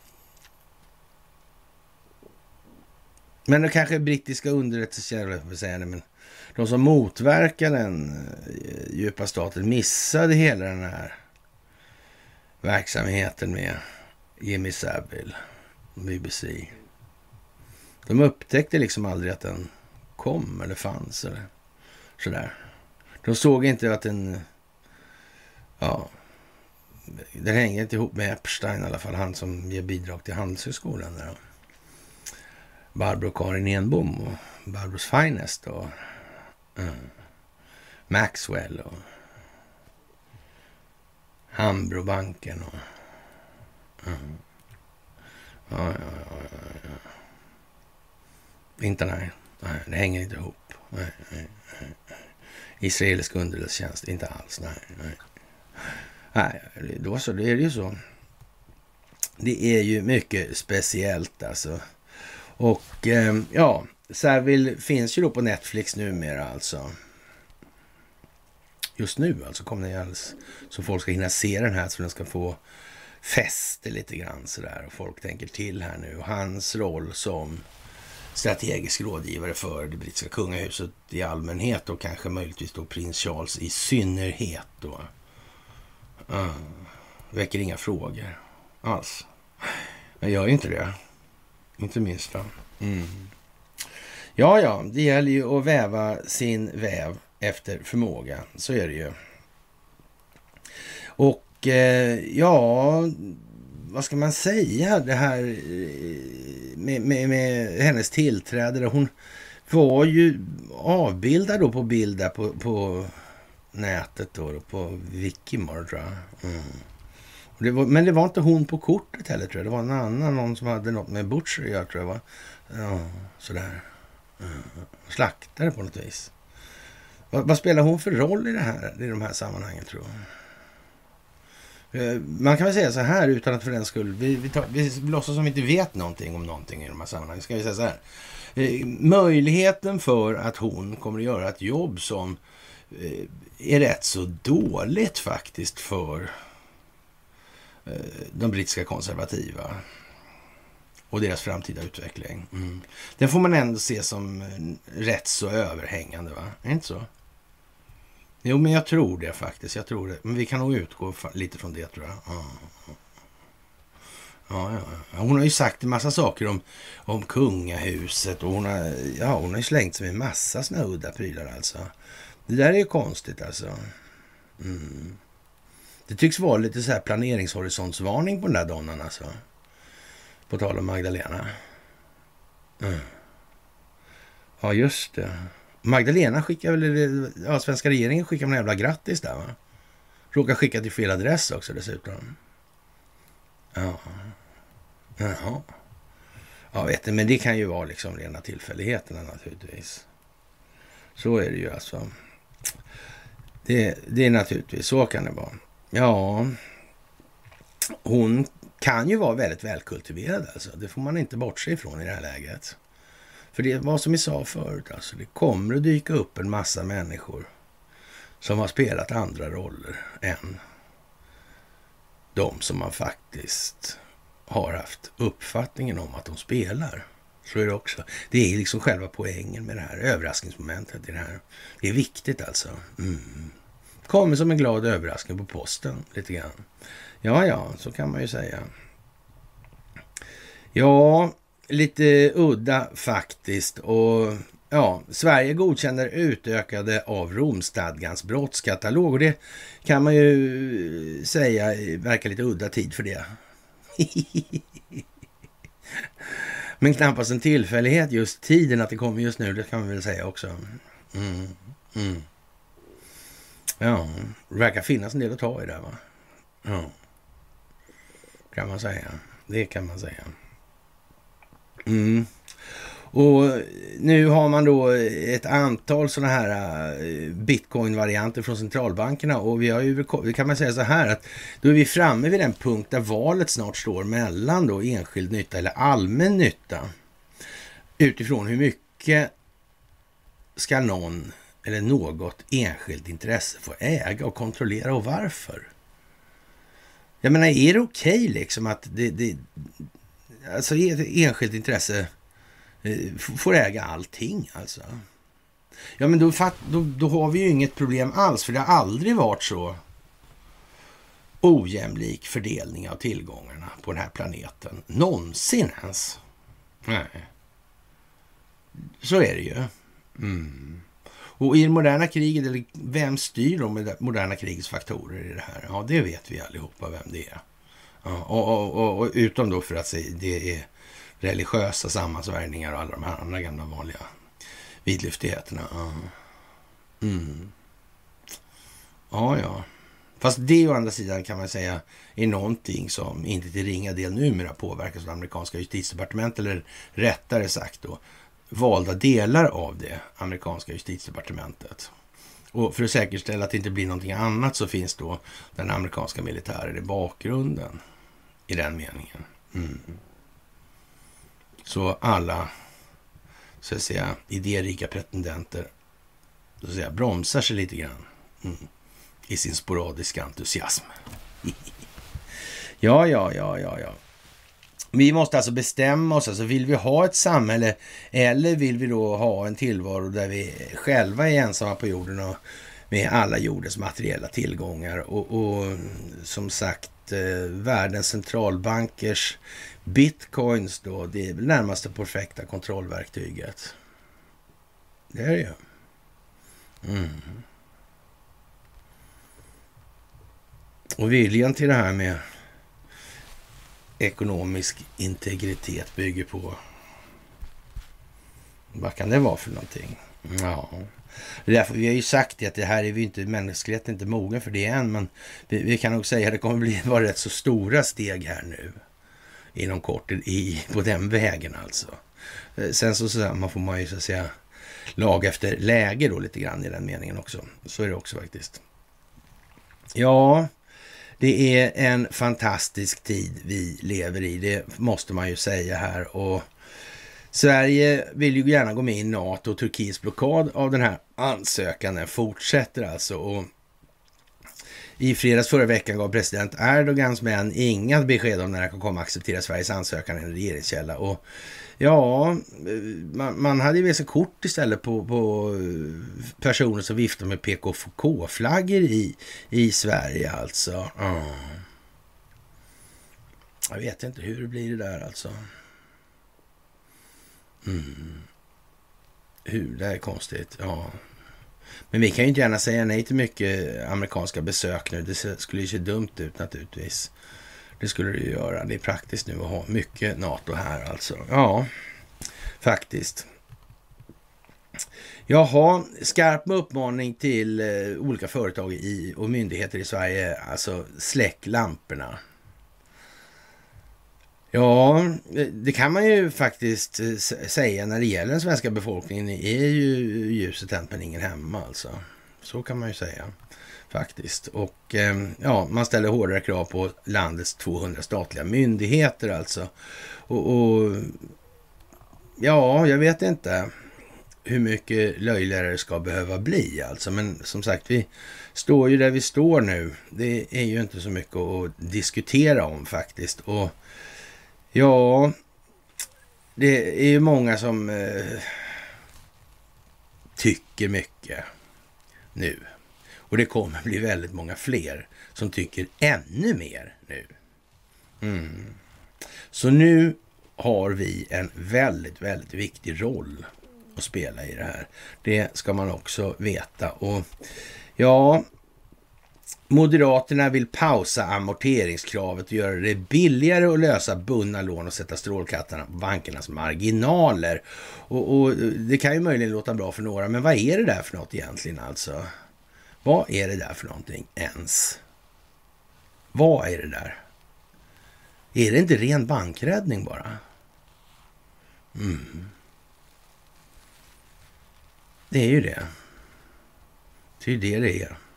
Men det kanske brittiska underrättelsetjänsten säger det, men de som motverkar den djupa staten missade hela den här verksamheten med Jimmy Savile och B B C. De upptäckte liksom aldrig att den kom eller fanns eller sådär. De såg inte att den, ja, den hänger inte ihop med Epstein i alla fall, han som ger bidrag till Handelshögskolan där. Barbro Karin Enbom och Barbros Finest och mm. Maxwell och Hambrobanken och mm. ja, ja, ja, ja, ja. Inte nej. nej, det hänger inte ihop. Nej, nej, nej. Israelisk underrättelsetjänst, inte alls. Nej, nej. Nej, då så, det är det ju så. Det är ju mycket speciellt alltså. Och eh, ja, Savile finns ju då på Netflix numera alltså. Just nu alltså kommer den alldeles, så folk ska hinna se den här så den ska få fäste lite grann sådär. Och folk tänker till här nu. Och hans roll som strategisk rådgivare för det brittiska kungahuset i allmänhet och kanske möjligtvis då prins Charles i synnerhet då. Uh, väcker inga frågor alls. Jag gör ju inte det. Inte minst då. Mm. Ja, ja, det gäller ju att väva sin väv efter förmåga. Så är det ju. Och eh, ja, vad ska man säga det här med, med, med hennes tillträde. Hon var ju avbildad då på bilder på, på nätet då, på Wikimor tror jag. Mm. Det var, men det var inte hon på kortet heller tror jag. Det var en annan, någon som hade något med Butcher att göra tror jag va. Ja, sådär. Mm. Slaktare på något vis. Vad, vad spelar hon för roll i det här, i de här sammanhangen tror jag? Man kan väl säga så här utan att för den skull, vi, vi, tar, vi låtsas som vi inte vet någonting om någonting i de här sammanhangen. Ska vi säga så här. Möjligheten för att hon kommer att göra ett jobb som är rätt så dåligt faktiskt för de brittiska konservativa och deras framtida utveckling. Mm. Den får man ändå se som rätt så överhängande, va? Är det inte så? Jo, men jag tror det faktiskt. Jag tror det. Men vi kan nog utgå lite från det, tror jag. Ja, ja, ja. Hon har ju sagt en massa saker om, om kungahuset och hon har, ja, hon har ju slängt sig med en massa såna udda prylar alltså. Det där är ju konstigt alltså. Mm. Det tycks vara lite så här planeringshorisontsvarning på den där donnan alltså. På tal om Magdalena. Mm. Ja, just det. Magdalena skickar väl, ja, svenska regeringen skickar en jävla grattis där va? Råkar skicka till fel adress också dessutom. Ja. Jaha. Ja, vet du, men det kan ju vara liksom rena tillfälligheterna naturligtvis. Så är det ju alltså. Det, det är naturligtvis, så kan det vara. Ja, hon kan ju vara väldigt välkultiverad alltså. Det får man inte bortse ifrån i det här läget. För det var som vi sa förut, alltså, det kommer att dyka upp en massa människor som har spelat andra roller än de som man faktiskt har haft uppfattningen om att de spelar. Så är det också. Det är liksom själva poängen med det här överraskningsmomentet i det här. Det är viktigt alltså. Mm. Kommer som en glad överraskning på posten lite grann. Ja, ja, så kan man ju säga. Ja, lite udda faktiskt. Och ja, Sverige godkänner utökade av Romstadgans brottskatalog. Och det kan man ju säga verkar lite udda tid för det. Men knappast en tillfällighet just tiden att det kommer just nu, det kan man väl säga också. Mm, mm. Ja, det verkar finnas en del att ta i där, va? Ja, kan man säga. Det kan man säga. Mm. Och nu har man då ett antal sådana här bitcoin-varianter från centralbankerna, och vi har ju, kan man säga så här, att då är vi framme vid den punkt där valet snart står mellan då enskild nytta eller allmän nytta, utifrån hur mycket ska någon eller något enskilt intresse få äga och kontrollera och varför. Jag menar, är det okej okay liksom att det, det alltså ett enskilt intresse får äga allting alltså? Ja, men då, då, då har vi ju inget problem alls, för det har aldrig varit så ojämlik fördelning av tillgångarna på den här planeten. Någonsin ens. Nej. Så är det ju. Mm. Och i det moderna kriget, eller vem styr de moderna krigets faktorer i det här? Ja, det vet vi allihopa vem det är. Ja, och, och, och, och utom då för att det är religiösa sammansvärjningar och alla de här andra gamla vanliga vidlyftigheterna. Ja. Mm. Ja, ja. Fast det å andra sidan kan man säga är någonting som inte till ringa del numera påverkas av det amerikanska justitiedepartementet, eller rättare sagt då valda delar av det amerikanska justitiedepartementet. Och för att säkerställa att det inte blir någonting annat så finns då den amerikanska militären i bakgrunden i den meningen. Mm. Så alla, så att säga, idérika pretendenter, så att säga, bromsar sig lite grann mm. i sin sporadiska entusiasm. ja, ja, ja, ja, ja. Vi måste alltså bestämma oss, alltså vill vi ha ett samhälle eller vill vi då ha en tillvaro där vi själva är ensamma på jorden och med alla jordens materiella tillgångar och, och som sagt eh, världens centralbankers bitcoins då, det är väl närmast det perfekta kontrollverktyget. Det är det ju. Mm. Och viljan till det här med ekonomisk integritet bygger på, vad kan det vara för någonting? Ja, därför vi har ju sagt att det här är vi inte, mänskligheten inte mogen för det än, men vi, vi kan nog säga att det kommer bli vara rätt så stora steg här nu inom kort i, på den vägen alltså. Sen så, så man får man ju så att säga lag efter läge då lite grann i den meningen också. Så är det också faktiskt. Ja, det är en fantastisk tid vi lever i, det måste man ju säga här. Och Sverige vill ju gärna gå med i NATO, och Turkiets blockad av den här ansökan fortsätter alltså. Och i fredags förra veckan gav president Erdogans män inga besked om när han kan komma att acceptera Sveriges ansökan i en regeringskälla. Och ja, man, man hade ju med sig kort istället på, på personer som viftar med P K F K-flaggor i, i Sverige alltså. Mm. Jag vet inte hur det blir det där alltså. Mm. Hur, det är konstigt, ja. Men vi kan ju inte gärna säga nej till mycket amerikanska besök nu. Det skulle ju se dumt ut naturligtvis. Det skulle det ju göra. Det är praktiskt nu att ha mycket NATO här alltså. Ja, faktiskt. Jaha, skarp med uppmaning till eh, olika företag i, och myndigheter i Sverige. Alltså släck lamporna. Ja, det kan man ju faktiskt säga när det gäller den svenska befolkningen. Är ju ljuset tänt men ingen hemma alltså. Så kan man ju säga faktiskt. Och eh, ja, man ställer hårdare krav på landets tvåhundra statliga myndigheter alltså. Och, och ja, jag vet inte hur mycket löjligare det ska behöva bli alltså. Men som sagt, vi står ju där vi står nu. Det är ju inte så mycket att diskutera om faktiskt. Och ja, det är ju många som eh, tycker mycket nu. Och det kommer bli väldigt många fler som tycker ännu mer nu. Mm. Så nu har vi en väldigt, väldigt viktig roll att spela i det här. Det ska man också veta. Och ja, Moderaterna vill pausa amorteringskravet och göra det billigare att lösa bundna lån och sätta strålkattarna på bankernas marginaler. Och, och det kan ju möjligen låta bra för några, men vad är det där för något egentligen alltså? Vad är det där för någonting ens? Vad är det där? Är det inte ren bankräddning bara? Mm. Det är ju det. Det är det det är.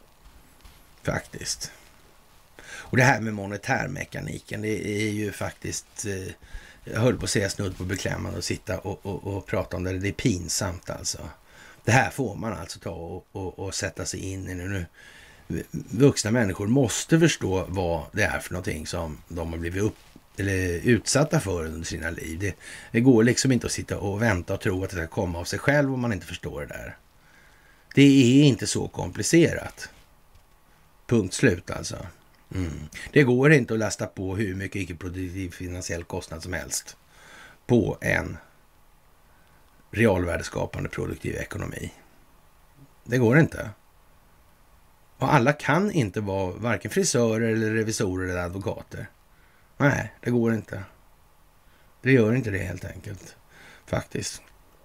Faktiskt. Och det här med monetärmekaniken, det är ju faktiskt, eh, jag höll på att säga snudd på beklämmande att sitta och, och, och prata om det. Det är pinsamt alltså. Det här får man alltså ta och, och, och sätta sig in i nu. Vuxna människor måste förstå vad det är för någonting som de har blivit upp, eller utsatta för under sina liv. Det, det går liksom inte att sitta och vänta och tro att det ska komma av sig själv om man inte förstår det där. Det är inte så komplicerat. Punkt slut alltså. Mm. Det går inte att lasta på hur mycket icke-produktiv finansiell kostnad som helst på en realvärdeskapande produktiv ekonomi. Det går inte. Och alla kan inte vara varken frisörer eller revisorer eller advokater. Nej, det går inte. Det gör inte det helt enkelt. Faktiskt.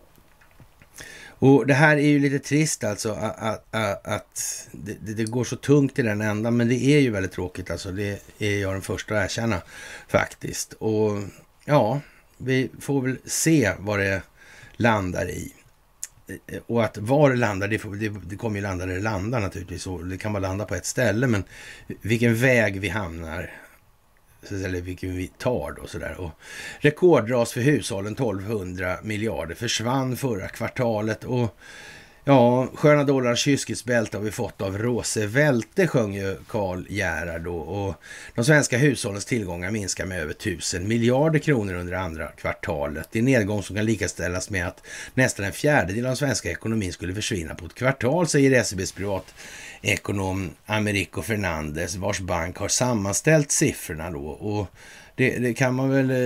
Och det här är ju lite trist alltså att, att, att det, det går så tungt i den ändan, men det är ju väldigt tråkigt alltså. Det är jag den första att erkänna faktiskt. Och ja, vi får väl se vad det landar i. Och att var det landar, det, får, det, det kommer ju landa där det landar naturligtvis. Och det kan bara landa på ett ställe, men vilken väg vi hamnar, eller vilken vi tar då sådär. Och rekordras för hushållen, tolvhundra miljarder försvann förra kvartalet. Och ja, sköna dollarns kyskhetsbälte har vi fått av Roosevelt, sjöng ju Karl Gerhard då. Och de svenska hushållens tillgångar minskar med över tusen miljarder kronor under andra kvartalet. Det är en nedgång som kan likaställas med att nästan en fjärdedel av den svenska ekonomin skulle försvinna på ett kvartal, säger S E B:s privatekonom Americo Fernandez, vars bank har sammanställt siffrorna då. Och det, det kan man väl,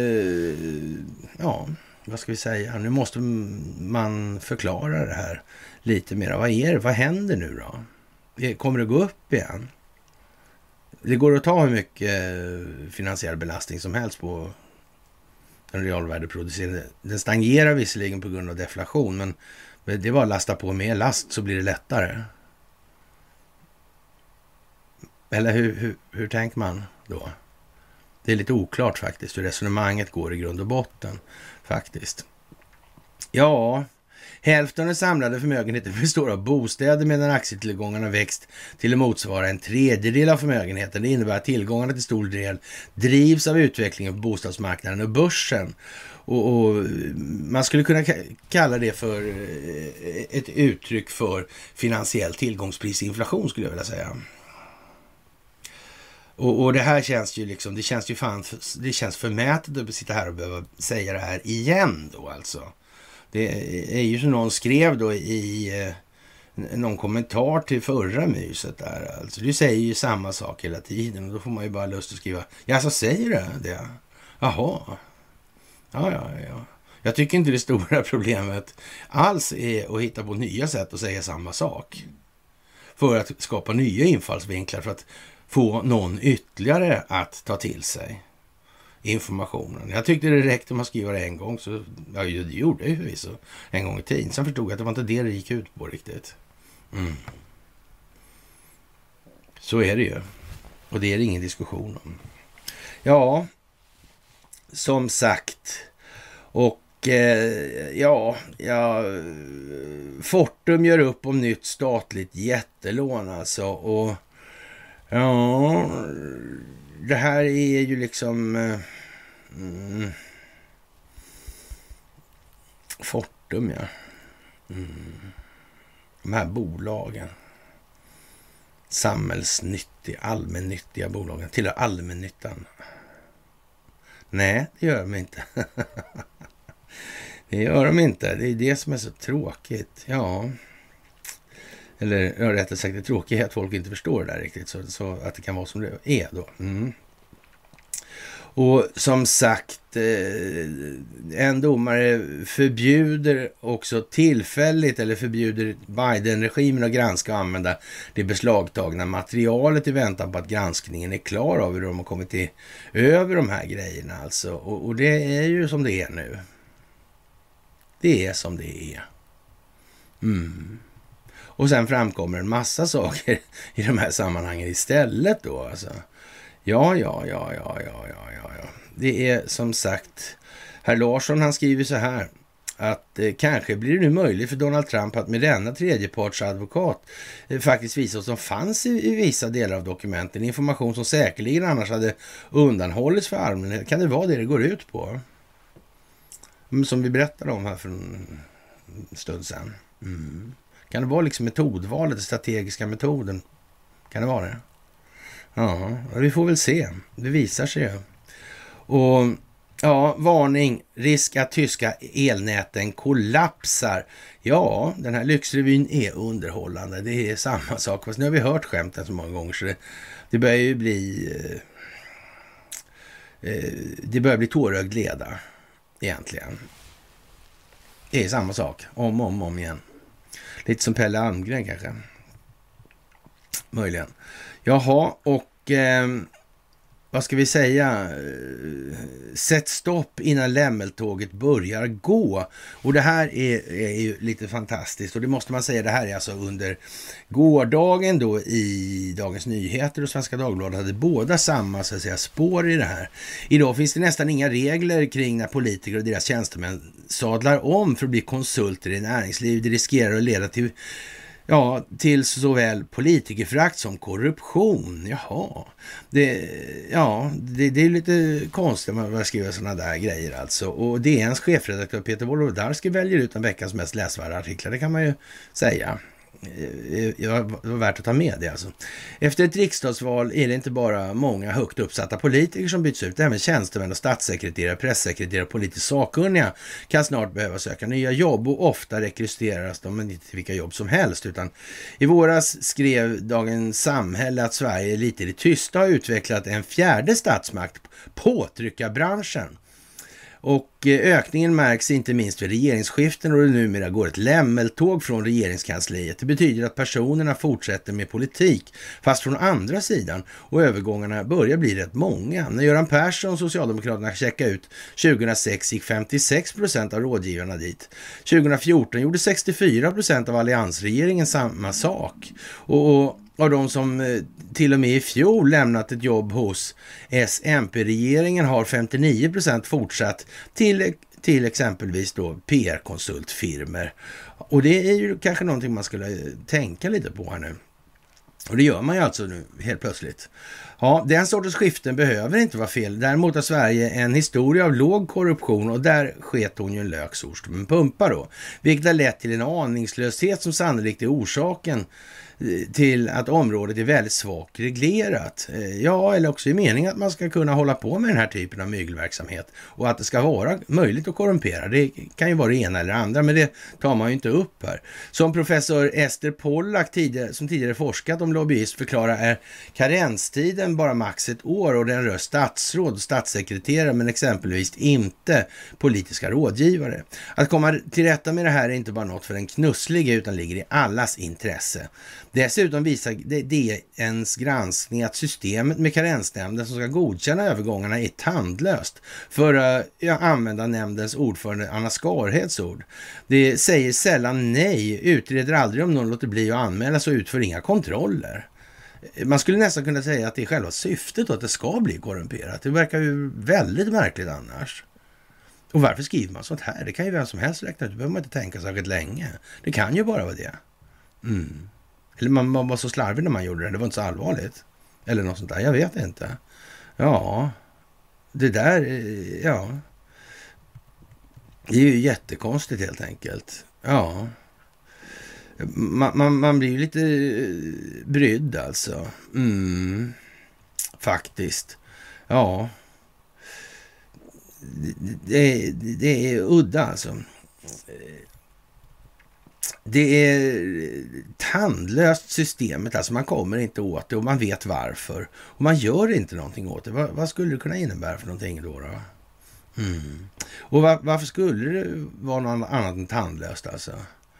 ja, vad ska vi säga? Nu måste man förklara det här lite mer. Vad är det? Vad händer nu då? Kommer det gå upp igen? Det går att ta hur mycket finansiell belastning som helst på den realvärdeproducerande. Den stagnerar visserligen på grund av deflation, men det är bara att lasta på mer last så blir det lättare. Eller hur, hur, hur tänker man då? Det är lite oklart faktiskt hur resonemanget går i grund och botten faktiskt. Ja, hälften av den samlade förmögenheten består av bostäder, medan aktietillgångarna växt till att motsvara en tredjedel av förmögenheten. Det innebär att tillgångarna till stor del drivs av utvecklingen på bostadsmarknaden och börsen. Och, och man skulle kunna kalla det för ett uttryck för finansiell tillgångsprisinflation, skulle jag vilja säga. Och, och det här känns ju liksom, det känns ju fan, det känns förmätet att sitta här och behöva säga det här igen då alltså. Det är ju som någon skrev då i eh, någon kommentar till förra myset där alltså. Du säger ju samma sak hela tiden och då får man ju bara lust att skriva, ja så säger det det. Jaha. Ja, ja, ja. Jag tycker inte det stora problemet alls är att hitta på nya sätt att säga samma sak. För att skapa nya infallsvinklar, för att få någon ytterligare att ta till sig informationen. Jag tyckte det räckte om att skriva det en gång, så ja, det gjorde jag ju förvisso en gång i tiden. Sen förstod jag att det var inte det det gick ut på riktigt. Mm. Så är det ju. Och det är det ingen diskussion om. Ja, som sagt. Och eh, ja, ja, Fortum gör upp om nytt statligt jättelån alltså. Och ja, det här är ju liksom mm, Fortum, ja. Mm. De här bolagen. Samhällsnyttiga, allmännyttiga bolagen. Till allmännyttan. Nej, det gör de inte. Det gör de inte. Det är det som är så tråkigt. Ja. Eller ja, rättare sagt, det tråkiga är att folk inte förstår det där riktigt. Så, så att det kan vara som det är då. Mm. Och som sagt, en domare förbjuder också tillfälligt eller förbjuder Biden-regimen att granska och använda det beslagtagna materialet i väntan på att granskningen är klar av hur de har kommit till, över de här grejerna alltså. Och, och det är ju som det är nu. Det är som det är. Mm. Och sen framkommer en massa saker i de här sammanhangen istället då alltså. Ja, ja, ja, ja, ja, ja, ja, ja. Det är som sagt, herr Larsson han skriver så här att eh, kanske blir det nu möjligt för Donald Trump att med denna tredjepartsadvokat eh, faktiskt visa vad som fanns i, i vissa delar av dokumenten. Information som säkerligen annars hade undanhållits för allmänheten. Kan det vara det det går ut på? Som vi berättade om här för en stund sedan. Mm. Kan det vara liksom metodvalet, den strategiska metoden? Kan det vara det? Ja, vi får väl se. Det visar sig ju. Och ja, varning. Risk att tyska elnäten kollapsar. Ja, den här lyxrevyn är underhållande. Det är samma sak. Fast nu har vi hört skämten så många gånger så det, det börjar ju bli eh, det börjar bli tårögd leda egentligen. Det är samma sak. Om och om, om igen. Lite som Pelle Almgren kanske. Möjligen. Jaha, och eh, vad ska vi säga? Sätt stopp innan lämmeltåget börjar gå. Och det här är, är ju lite fantastiskt. Och det måste man säga, det här är alltså under gårdagen då i Dagens Nyheter och Svenska Dagbladet hade båda samma så att säga spår i det här. Idag finns det nästan inga regler kring när politiker och deras tjänstemän sadlar om för att bli konsulter i näringsliv. Det riskerar att leda till Ja, till såväl politikerförakt som korruption. Jaha. Det, ja, det, det är lite konstigt när man skriver sådana där grejer alltså. Och D N:s chefredaktör Peter Wolodarski väljer ut en veckans mest läsvärda artiklar, det kan man ju säga. Det var värt att ta med det alltså. Efter ett riksdagsval är det inte bara många högt uppsatta politiker som byts ut. Även tjänstemän och statssekreterare, pressekreterare och politiskt sakkunniga kan snart behöva söka nya jobb och ofta rekryteras de inte till vilka jobb som helst. Utan i våras skrev Dagens Samhälle att Sverige lite i det tysta har utvecklat en fjärde statsmakt, påtryckarbranschen. Och ökningen märks inte minst vid regeringsskiften och det numera går ett lämmeltåg från regeringskansliet. Det betyder att personerna fortsätter med politik fast från andra sidan och övergångarna börjar bli rätt många. När Göran Persson och Socialdemokraterna checkade ut tjugohundrasex gick femtiosex procent av rådgivarna dit. tjugohundrafjorton gjorde sextiofyra procent av alliansregeringen samma sak. Och, och av de som till och med i fjol lämnat ett jobb hos S M P-regeringen har femtionio procent fortsatt till, till exempelvis då P R-konsultfirmor. Och det är ju kanske någonting man skulle tänka lite på här nu. Och det gör man ju alltså nu helt plötsligt. Ja, den sortens skiften behöver inte vara fel. Däremot har Sverige en historia av låg korruption och där sket hon ju en löksort med en pumpa då. Vilket har lett till en aningslöshet som sannolikt är orsaken till att området är väldigt svagt reglerat. Ja, eller också i mening att man ska kunna hålla på med den här typen av mygelverksamhet och att det ska vara möjligt att korrumpera. Det kan ju vara det ena eller andra, men det tar man ju inte upp här. Som professor Ester Pollack tidigare, som tidigare forskat om lobbyist förklarar är karenstiden bara max ett år och den rör statsråd och statssekreterare men exempelvis inte politiska rådgivare. Att komma till rätta med det här är inte bara något för den knussliga utan ligger i allas intresse. Dessutom visar D N:s granskning att systemet med karensnämnden som ska godkänna övergångarna är tandlöst. För att uh, använda nämndens ordförande Anna Skarheds ord. Det säger sällan nej, utreder aldrig om någon låter bli att anmäla så utför inga kontroller. Man skulle nästan kunna säga att det är själva syftet att det ska bli korrumperat. Det verkar ju väldigt märkligt annars. Och varför skriver man sånt här? Det kan ju vem som helst räkna ut. Det behöver man inte tänka särskilt länge. Det kan ju bara vara det. Mm. Eller man, man var så slarvig när man gjorde det. Det var inte så allvarligt. Eller något sånt där. Jag vet inte. Ja. Det där. Ja. Det är ju jättekonstigt helt enkelt. Ja. Man, man, man blir ju lite brydd alltså. Mm. Faktiskt. Ja. Det, det, det är udda alltså. det är tandlöst systemet, alltså man kommer inte åt det och man vet varför. Och man gör inte någonting åt det. Vad, vad skulle det kunna innebära för någonting då? då? Mm. Och var, varför skulle det vara något annat än tandlöst alltså?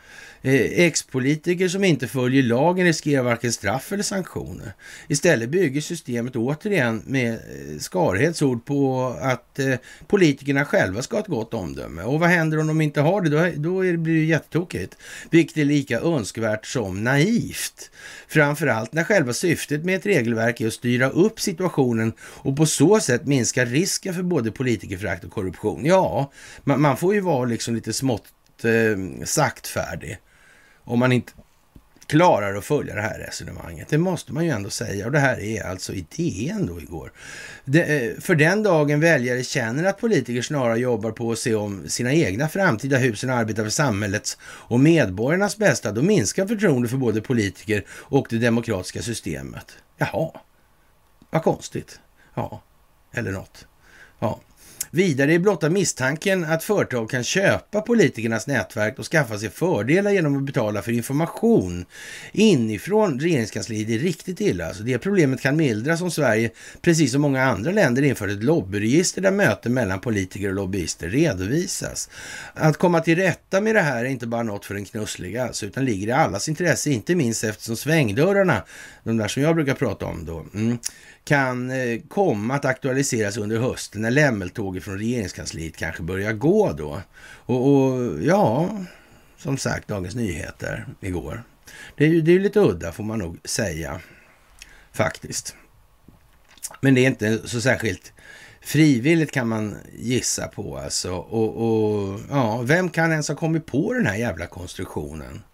Ex-politiker som inte följer lagen riskerar varken straff eller sanktioner. Istället bygger systemet återigen med Skarheds-ord på att eh, politikerna själva ska ha ett gott omdöme. Och vad händer om de inte har det? Då, då är det, blir det jättetokigt. Vilket är lika önskvärt som naivt. Framförallt när själva syftet med ett regelverk är att styra upp situationen och på så sätt minska risken för både politikerförakt och korruption. Ja, man, man får ju vara liksom lite smått eh, saktfärdig. Om man inte klarar att följa det här resonemanget. Det måste man ju ändå säga. Och det här är alltså idén då igår. Det, för den dagen väljare känner att politiker snarare jobbar på att se om sina egna framtida husen och arbetar för samhällets och medborgarnas bästa, då minskar förtroende för både politiker och det demokratiska systemet. Jaha, vad konstigt. Ja, eller något. Ja. Vidare är blotta misstanken att företag kan köpa politikernas nätverk och skaffa sig fördelar genom att betala för information inifrån regeringskansliet är riktigt illa. Alltså det problemet kan mildras om Sverige, precis som många andra länder, inför ett lobbyregister där möten mellan politiker och lobbyister redovisas. Att komma till rätta med det här är inte bara något för den knussliga, alltså, utan ligger i allas intresse, inte minst eftersom svängdörrarna, de där som jag brukar prata om då, mm, kan eh, komma att aktualiseras under hösten när lämmeltåget från regeringskansliet kanske börjar gå då. Och, och ja, som sagt, Dagens Nyheter igår. Det är ju det är lite udda får man nog säga, faktiskt. Men det är inte så särskilt frivilligt kan man gissa på alltså. Och, och ja, vem kan ens ha kommit på den här jävla konstruktionen?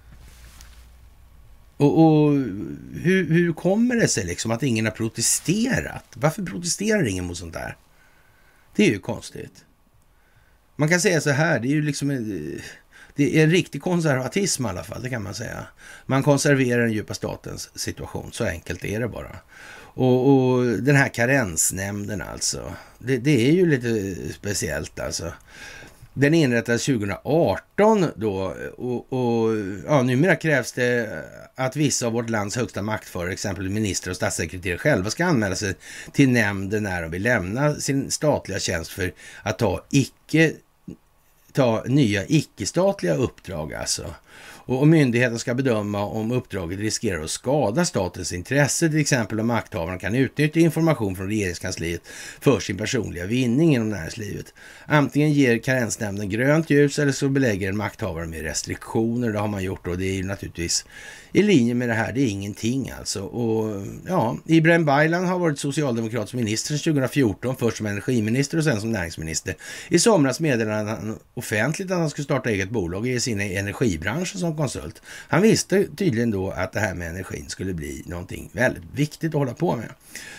Och, och hur, hur kommer det sig liksom att ingen har protesterat? Varför protesterar ingen mot sånt där? Det är ju konstigt. Man kan säga så här, det är ju liksom en, det är en riktig konservatism i alla fall, det kan man säga. Man konserverar den djupa statens situation, så enkelt är det bara. Och, och den här karensnämnden alltså, det, det är ju lite speciellt alltså. Den inrättades tjugo arton då och, och ja, numera krävs det att vissa av vårt lands högsta maktförare, exempelvis minister och statssekreterare, själva ska anmäla sig till nämnden när de vill lämna sin statliga tjänst för att ta, icke, ta nya icke-statliga uppdrag alltså. Och myndigheten ska bedöma om uppdraget riskerar att skada statens intresse, till exempel om makthavarna kan utnyttja information från regeringskansliet för sin personliga vinning inom näringslivet. Antingen ger karensnämnden grönt ljus eller så belägger en makthavare med restriktioner. Det har man gjort och det är ju naturligtvis i linje med det här. Det är ingenting alltså. Och ja, Ibrahim Baylan har varit socialdemokratisk minister sedan tjugo fjorton, först som energiminister och sen som näringsminister. I somras meddelade han offentligt att han skulle starta eget bolag i sin energibransch som konsult. Han visste tydligen då att det här med energin skulle bli någonting väldigt viktigt att hålla på med.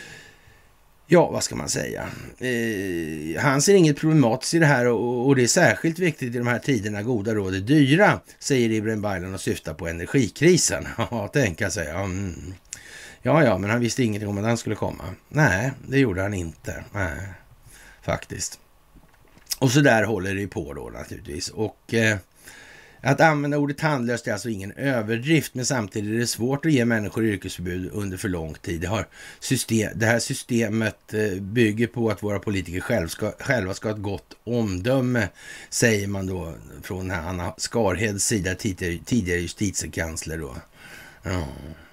Ja, vad ska man säga? Eh, han ser inget problematiskt i det här och, och det är särskilt viktigt i de här tiderna goda råd är dyra, säger Ibrahim Baylan och syftar på energikrisen. Ja, tänka sig. Mm. Ja, ja, men han visste ingenting om att den skulle komma. Nej, det gjorde han inte. Nej, faktiskt. Och så där håller det på då naturligtvis. Och eh, att använda ordet tandlöst är alltså ingen överdrift, men samtidigt är det svårt att ge människor yrkesförbud under för lång tid. Det, har system, det här systemet bygger på att våra politiker själv ska, själva ska ha ett gott omdöme, säger man då från här Anna Skarheds sida, tidigare, tidigare justitiekansler då. Ja.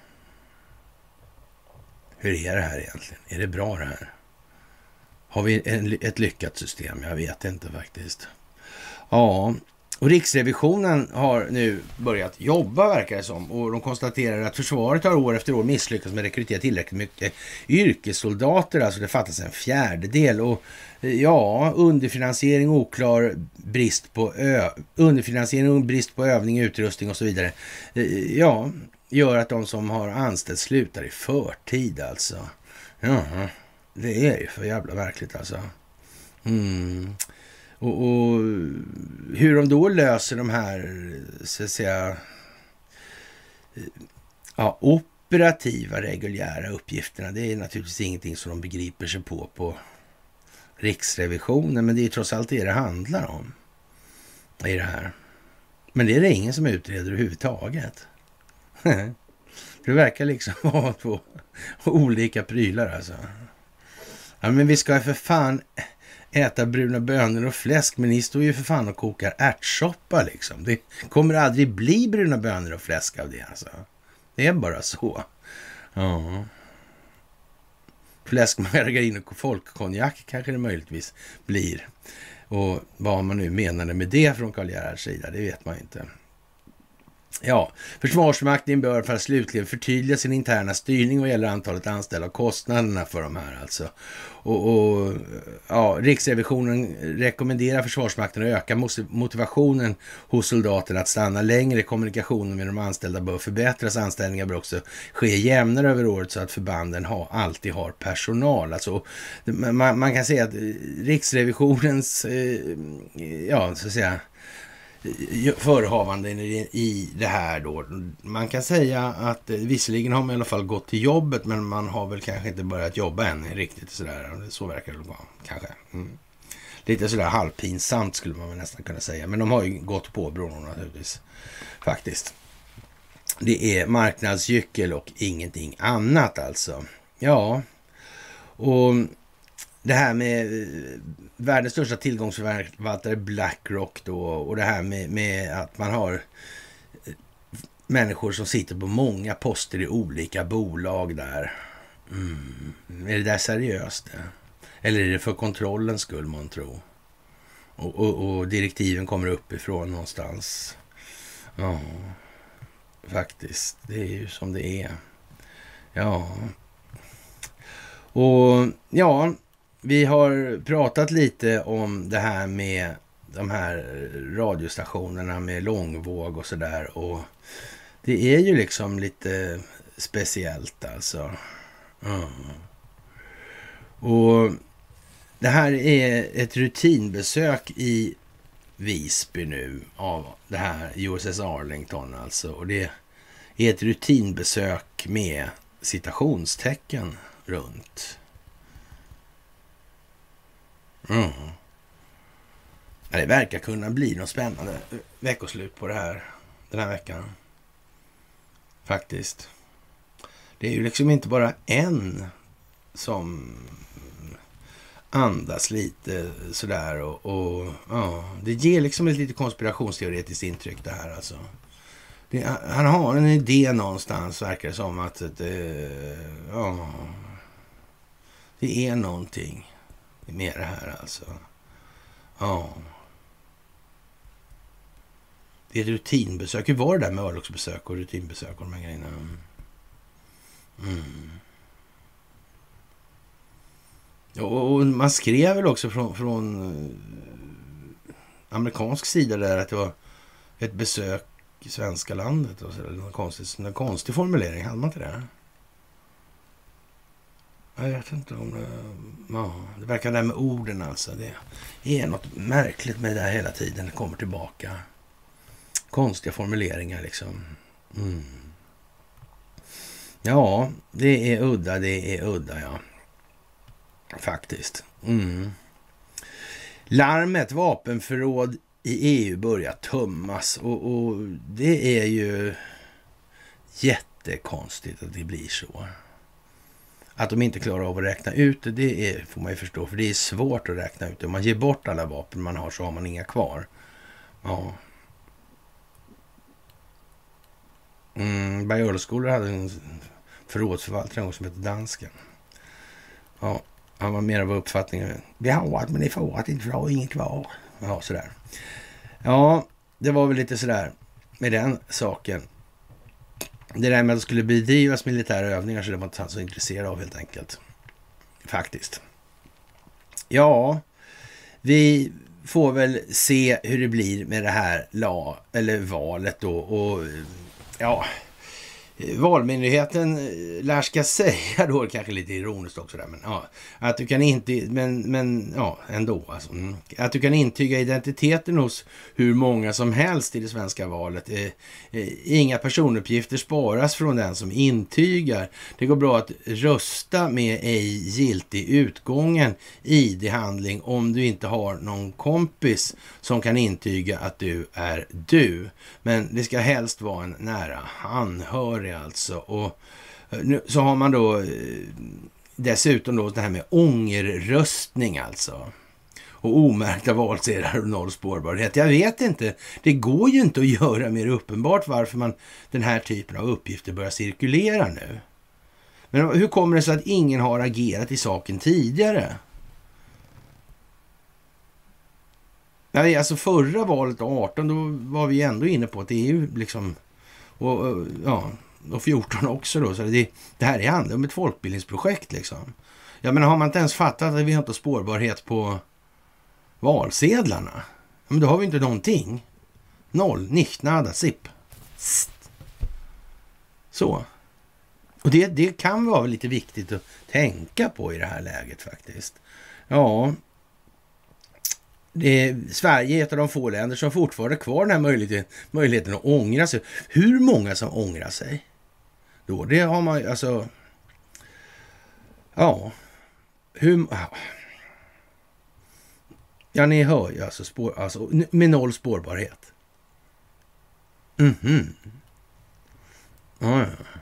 Hur är det här egentligen? Är det bra det här? Har vi en, ett lyckat system? Jag vet inte faktiskt. Ja, och Riksrevisionen har nu börjat jobba, verkar det som, och de konstaterar att försvaret har år efter år misslyckats med att rekrytera tillräckligt mycket yrkessoldater, alltså det fattas en fjärdedel och ja, underfinansiering, oklar brist på ö, underfinansiering, brist på övning, utrustning och så vidare, ja, gör att de som har anställt slutar i förtid alltså. Ja, det är ju för jävla verkligt alltså. Mm. Och, och hur de då löser de här så att säga ja, operativa reguljära uppgifterna, det är naturligtvis ingenting som de begriper sig på på Riksrevisionen, men det är trots allt det det handlar om i det här. Men det är det ingen som utreder överhuvudtaget. Det verkar liksom vara två olika prylar alltså. Ja, men vi ska för fan äta bruna bönor och fläsk, men ni står ju för fan och kokar ärtsoppa liksom. Det kommer aldrig bli bruna bönor och fläsk av det alltså. Det är bara så. Ja. Fläsk, margarin och folkkonjak kanske det möjligtvis blir. Och vad man nu menade med det från Karl Gerhards sida, det vet man inte. Ja, Försvarsmakten bör för att slutligen förtydliga sin interna styrning vad gäller antalet anställda och kostnaderna för de här alltså. Och, och ja, Riksrevisionen rekommenderar Försvarsmakten att öka motivationen hos soldaterna att stanna längre. Kommunikationen med de anställda bör förbättras. Anställningar bör också ske jämnare över året så att förbanden har, alltid har personal. Alltså, man, man kan säga att Riksrevisionens, eh, ja så att säga, förehavanden i det här då. Man kan säga att visserligen har man i alla fall gått till jobbet, men man har väl kanske inte börjat jobba än riktigt sådär. Så verkar det vara, kanske. Mm. Lite sådär halvpinsamt skulle man väl nästan kunna säga. Men de har ju gått på bron naturligtvis. Faktiskt. Det är marknadsgyckel och ingenting annat alltså. Ja. Och det här med världens största tillgångsförvaltare BlackRock då, och det här med, med att man har människor som sitter på många poster i olika bolag där. Mm. Är det där seriöst det? Eller är det för kontrollens skull man tror? Och, och, och direktiven kommer uppifrån någonstans. Ja, faktiskt. Det är ju som det är. Ja. Och ja, vi har pratat lite om det här med de här radiostationerna med långvåg och sådär. Och det är ju liksom lite speciellt alltså. Mm. Och det här är ett rutinbesök i Visby nu av det här U S S Arlington alltså. Och det är ett rutinbesök med citationstecken runt. Mm. Ja, det verkar kunna bli något spännande veckoslut på det här den här veckan. Faktiskt. Det är ju liksom inte bara en som andas lite sådär och, och ja, det ger liksom ett lite konspirationsteoretiskt intryck det här alltså. Det, han har en idé någonstans, verkar det som att det, ja, det är någonting med det här alltså. Ja. Det är ett rutinbesök. Hur var det där med örlogsbesök och rutinbesök och de här grejerna? Mm. Och man skrev väl också från, från amerikansk sida där att det var ett besök i svenska landet och så där, någon konstig, någon konstig formulering, hade man inte det? Jag vet inte om det, ja, det verkar där med orden alltså, det är något märkligt med det där hela tiden, det kommer tillbaka konstiga formuleringar liksom. Mm. Ja, det är udda, det är udda, ja. Faktiskt. Mm. Larmet vapenförråd i E U börjar tummas och, och det är ju jättekonstigt att det blir så. Att de inte klarar av att räkna ut det, det är, får man ju förstå, för det är svårt att räkna ut det. Om man ger bort alla vapen man har så har man inga kvar. Ja. Mm, Bajölskolor hade en förrådsförvaltare som hette Dansken. Ja. Han var mer av uppfattningen. Vi har att men ni får att inte har inget kvar. Ja, sådär. Ja, det var väl lite sådär med den saken. Det där med att det skulle bedrivas militära övningar så det var inte han så intresserad av helt enkelt. Faktiskt. Ja, vi får väl se hur det blir med det här la, eller valet då. Och ja, Valmyndigheten lär ska säga då, kanske lite ironiskt också där, men ja, att du kan inte, men, men ja, ändå alltså, mm, att du kan intyga identiteten hos hur många som helst i det svenska valet. Eh, eh, inga personuppgifter sparas från den som intygar. Det går bra att rösta med ej giltig utgången I D-handling om du inte har någon kompis som kan intyga att du är du. Men det ska helst vara en nära anhörig alltså. Och nu så har man då dessutom då det här med ångerröstning alltså. Och omärkta valsedlar och noll spårbarhet. Jag vet inte, det går ju inte att göra mer uppenbart varför man den här typen av uppgifter börjar cirkulera nu. Men hur kommer det sig att ingen har agerat i saken tidigare? Nej, alltså förra valet arton, då var vi ändå inne på att det är ju liksom, och, ja, och fjorton också då, så det, det här är handlar om ett folkbildningsprojekt liksom. Ja, men har man inte ens fattat att vi har inte spårbarhet på valsedlarna, ja, men då har vi inte någonting. Noll, nicht, nada, zip. Så. Och det, det kan vara lite viktigt att tänka på i det här läget faktiskt. Ja, det är, Sverige är ett av de få länder som fortfarande har kvar den här möjligheten, möjligheten att ångra sig. Hur många som ångrar sig? Då, det har man alltså... Ja. Hur... Ja, ni hör ju alltså, spår, alltså med noll spårbarhet. Mhm. Ja, ja.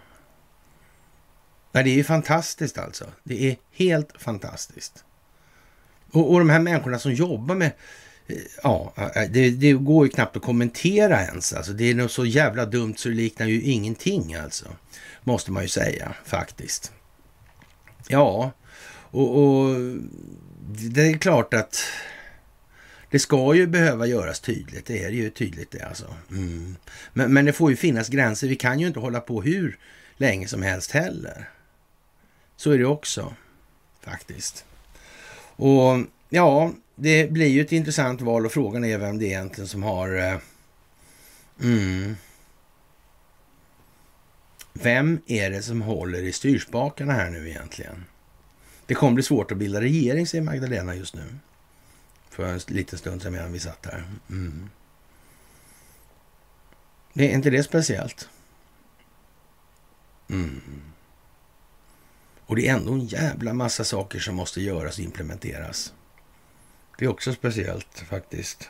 Nej, det är ju fantastiskt alltså. Det är helt fantastiskt. Och, och de här människorna som jobbar med... Ja, det, det går ju knappt att kommentera ens. Alltså, det är nog så jävla dumt så det liknar ju ingenting alltså. Måste man ju säga faktiskt. Ja, och, och det är klart att det ska ju behöva göras tydligt. Det är ju tydligt det alltså. Mm. Men, men det får ju finnas gränser. Vi kan ju inte hålla på hur länge som helst heller. Så är det också faktiskt. Och ja, det blir ju ett intressant val och frågan är vem det är egentligen som har... Eh, mm, vem är det som håller i styrspakarna här nu egentligen? Det kommer bli svårt att bilda regering, säger Magdalena just nu. För en liten stund sedan medan vi satt här. Mm. Det är inte det speciellt. Mm. Och det är ändå en jävla massa saker som måste göras och implementeras. Det är också speciellt faktiskt.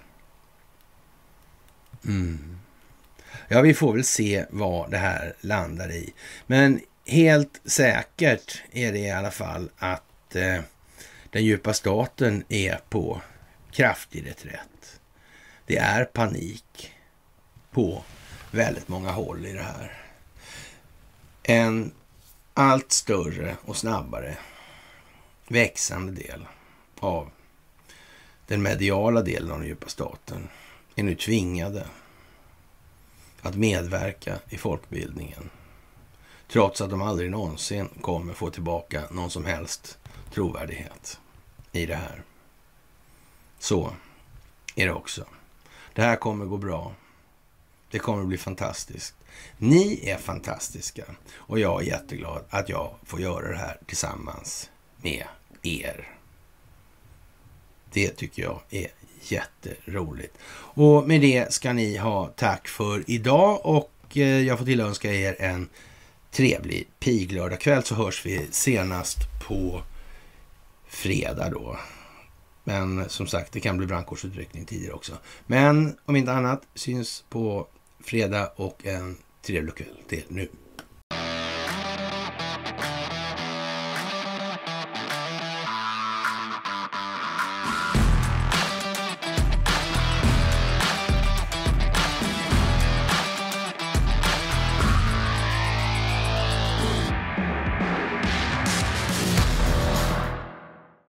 Mm. Ja, vi får väl se vad det här landar i. Men helt säkert är det i alla fall att eh, den djupa staten är på kraftig reträtt. Det är panik på väldigt många håll i det här. En allt större och snabbare växande del av den mediala delen av den djupa staten är nu tvingade att medverka i folkbildningen. Trots att de aldrig någonsin kommer få tillbaka någon som helst trovärdighet i det här. Så är det också. Det här kommer gå bra. Det kommer bli fantastiskt. Ni är fantastiska och jag är jätteglad att jag får göra det här tillsammans med er. Det tycker jag är jätteroligt. Och med det ska ni ha tack för idag och jag får tillönska er en trevlig piglördag kväll, så hörs vi senast på fredag då. Men som sagt, det kan bli brandkårsutryckning tidigare också. Men om inte annat syns på fredag och en trevlig kväll till nu.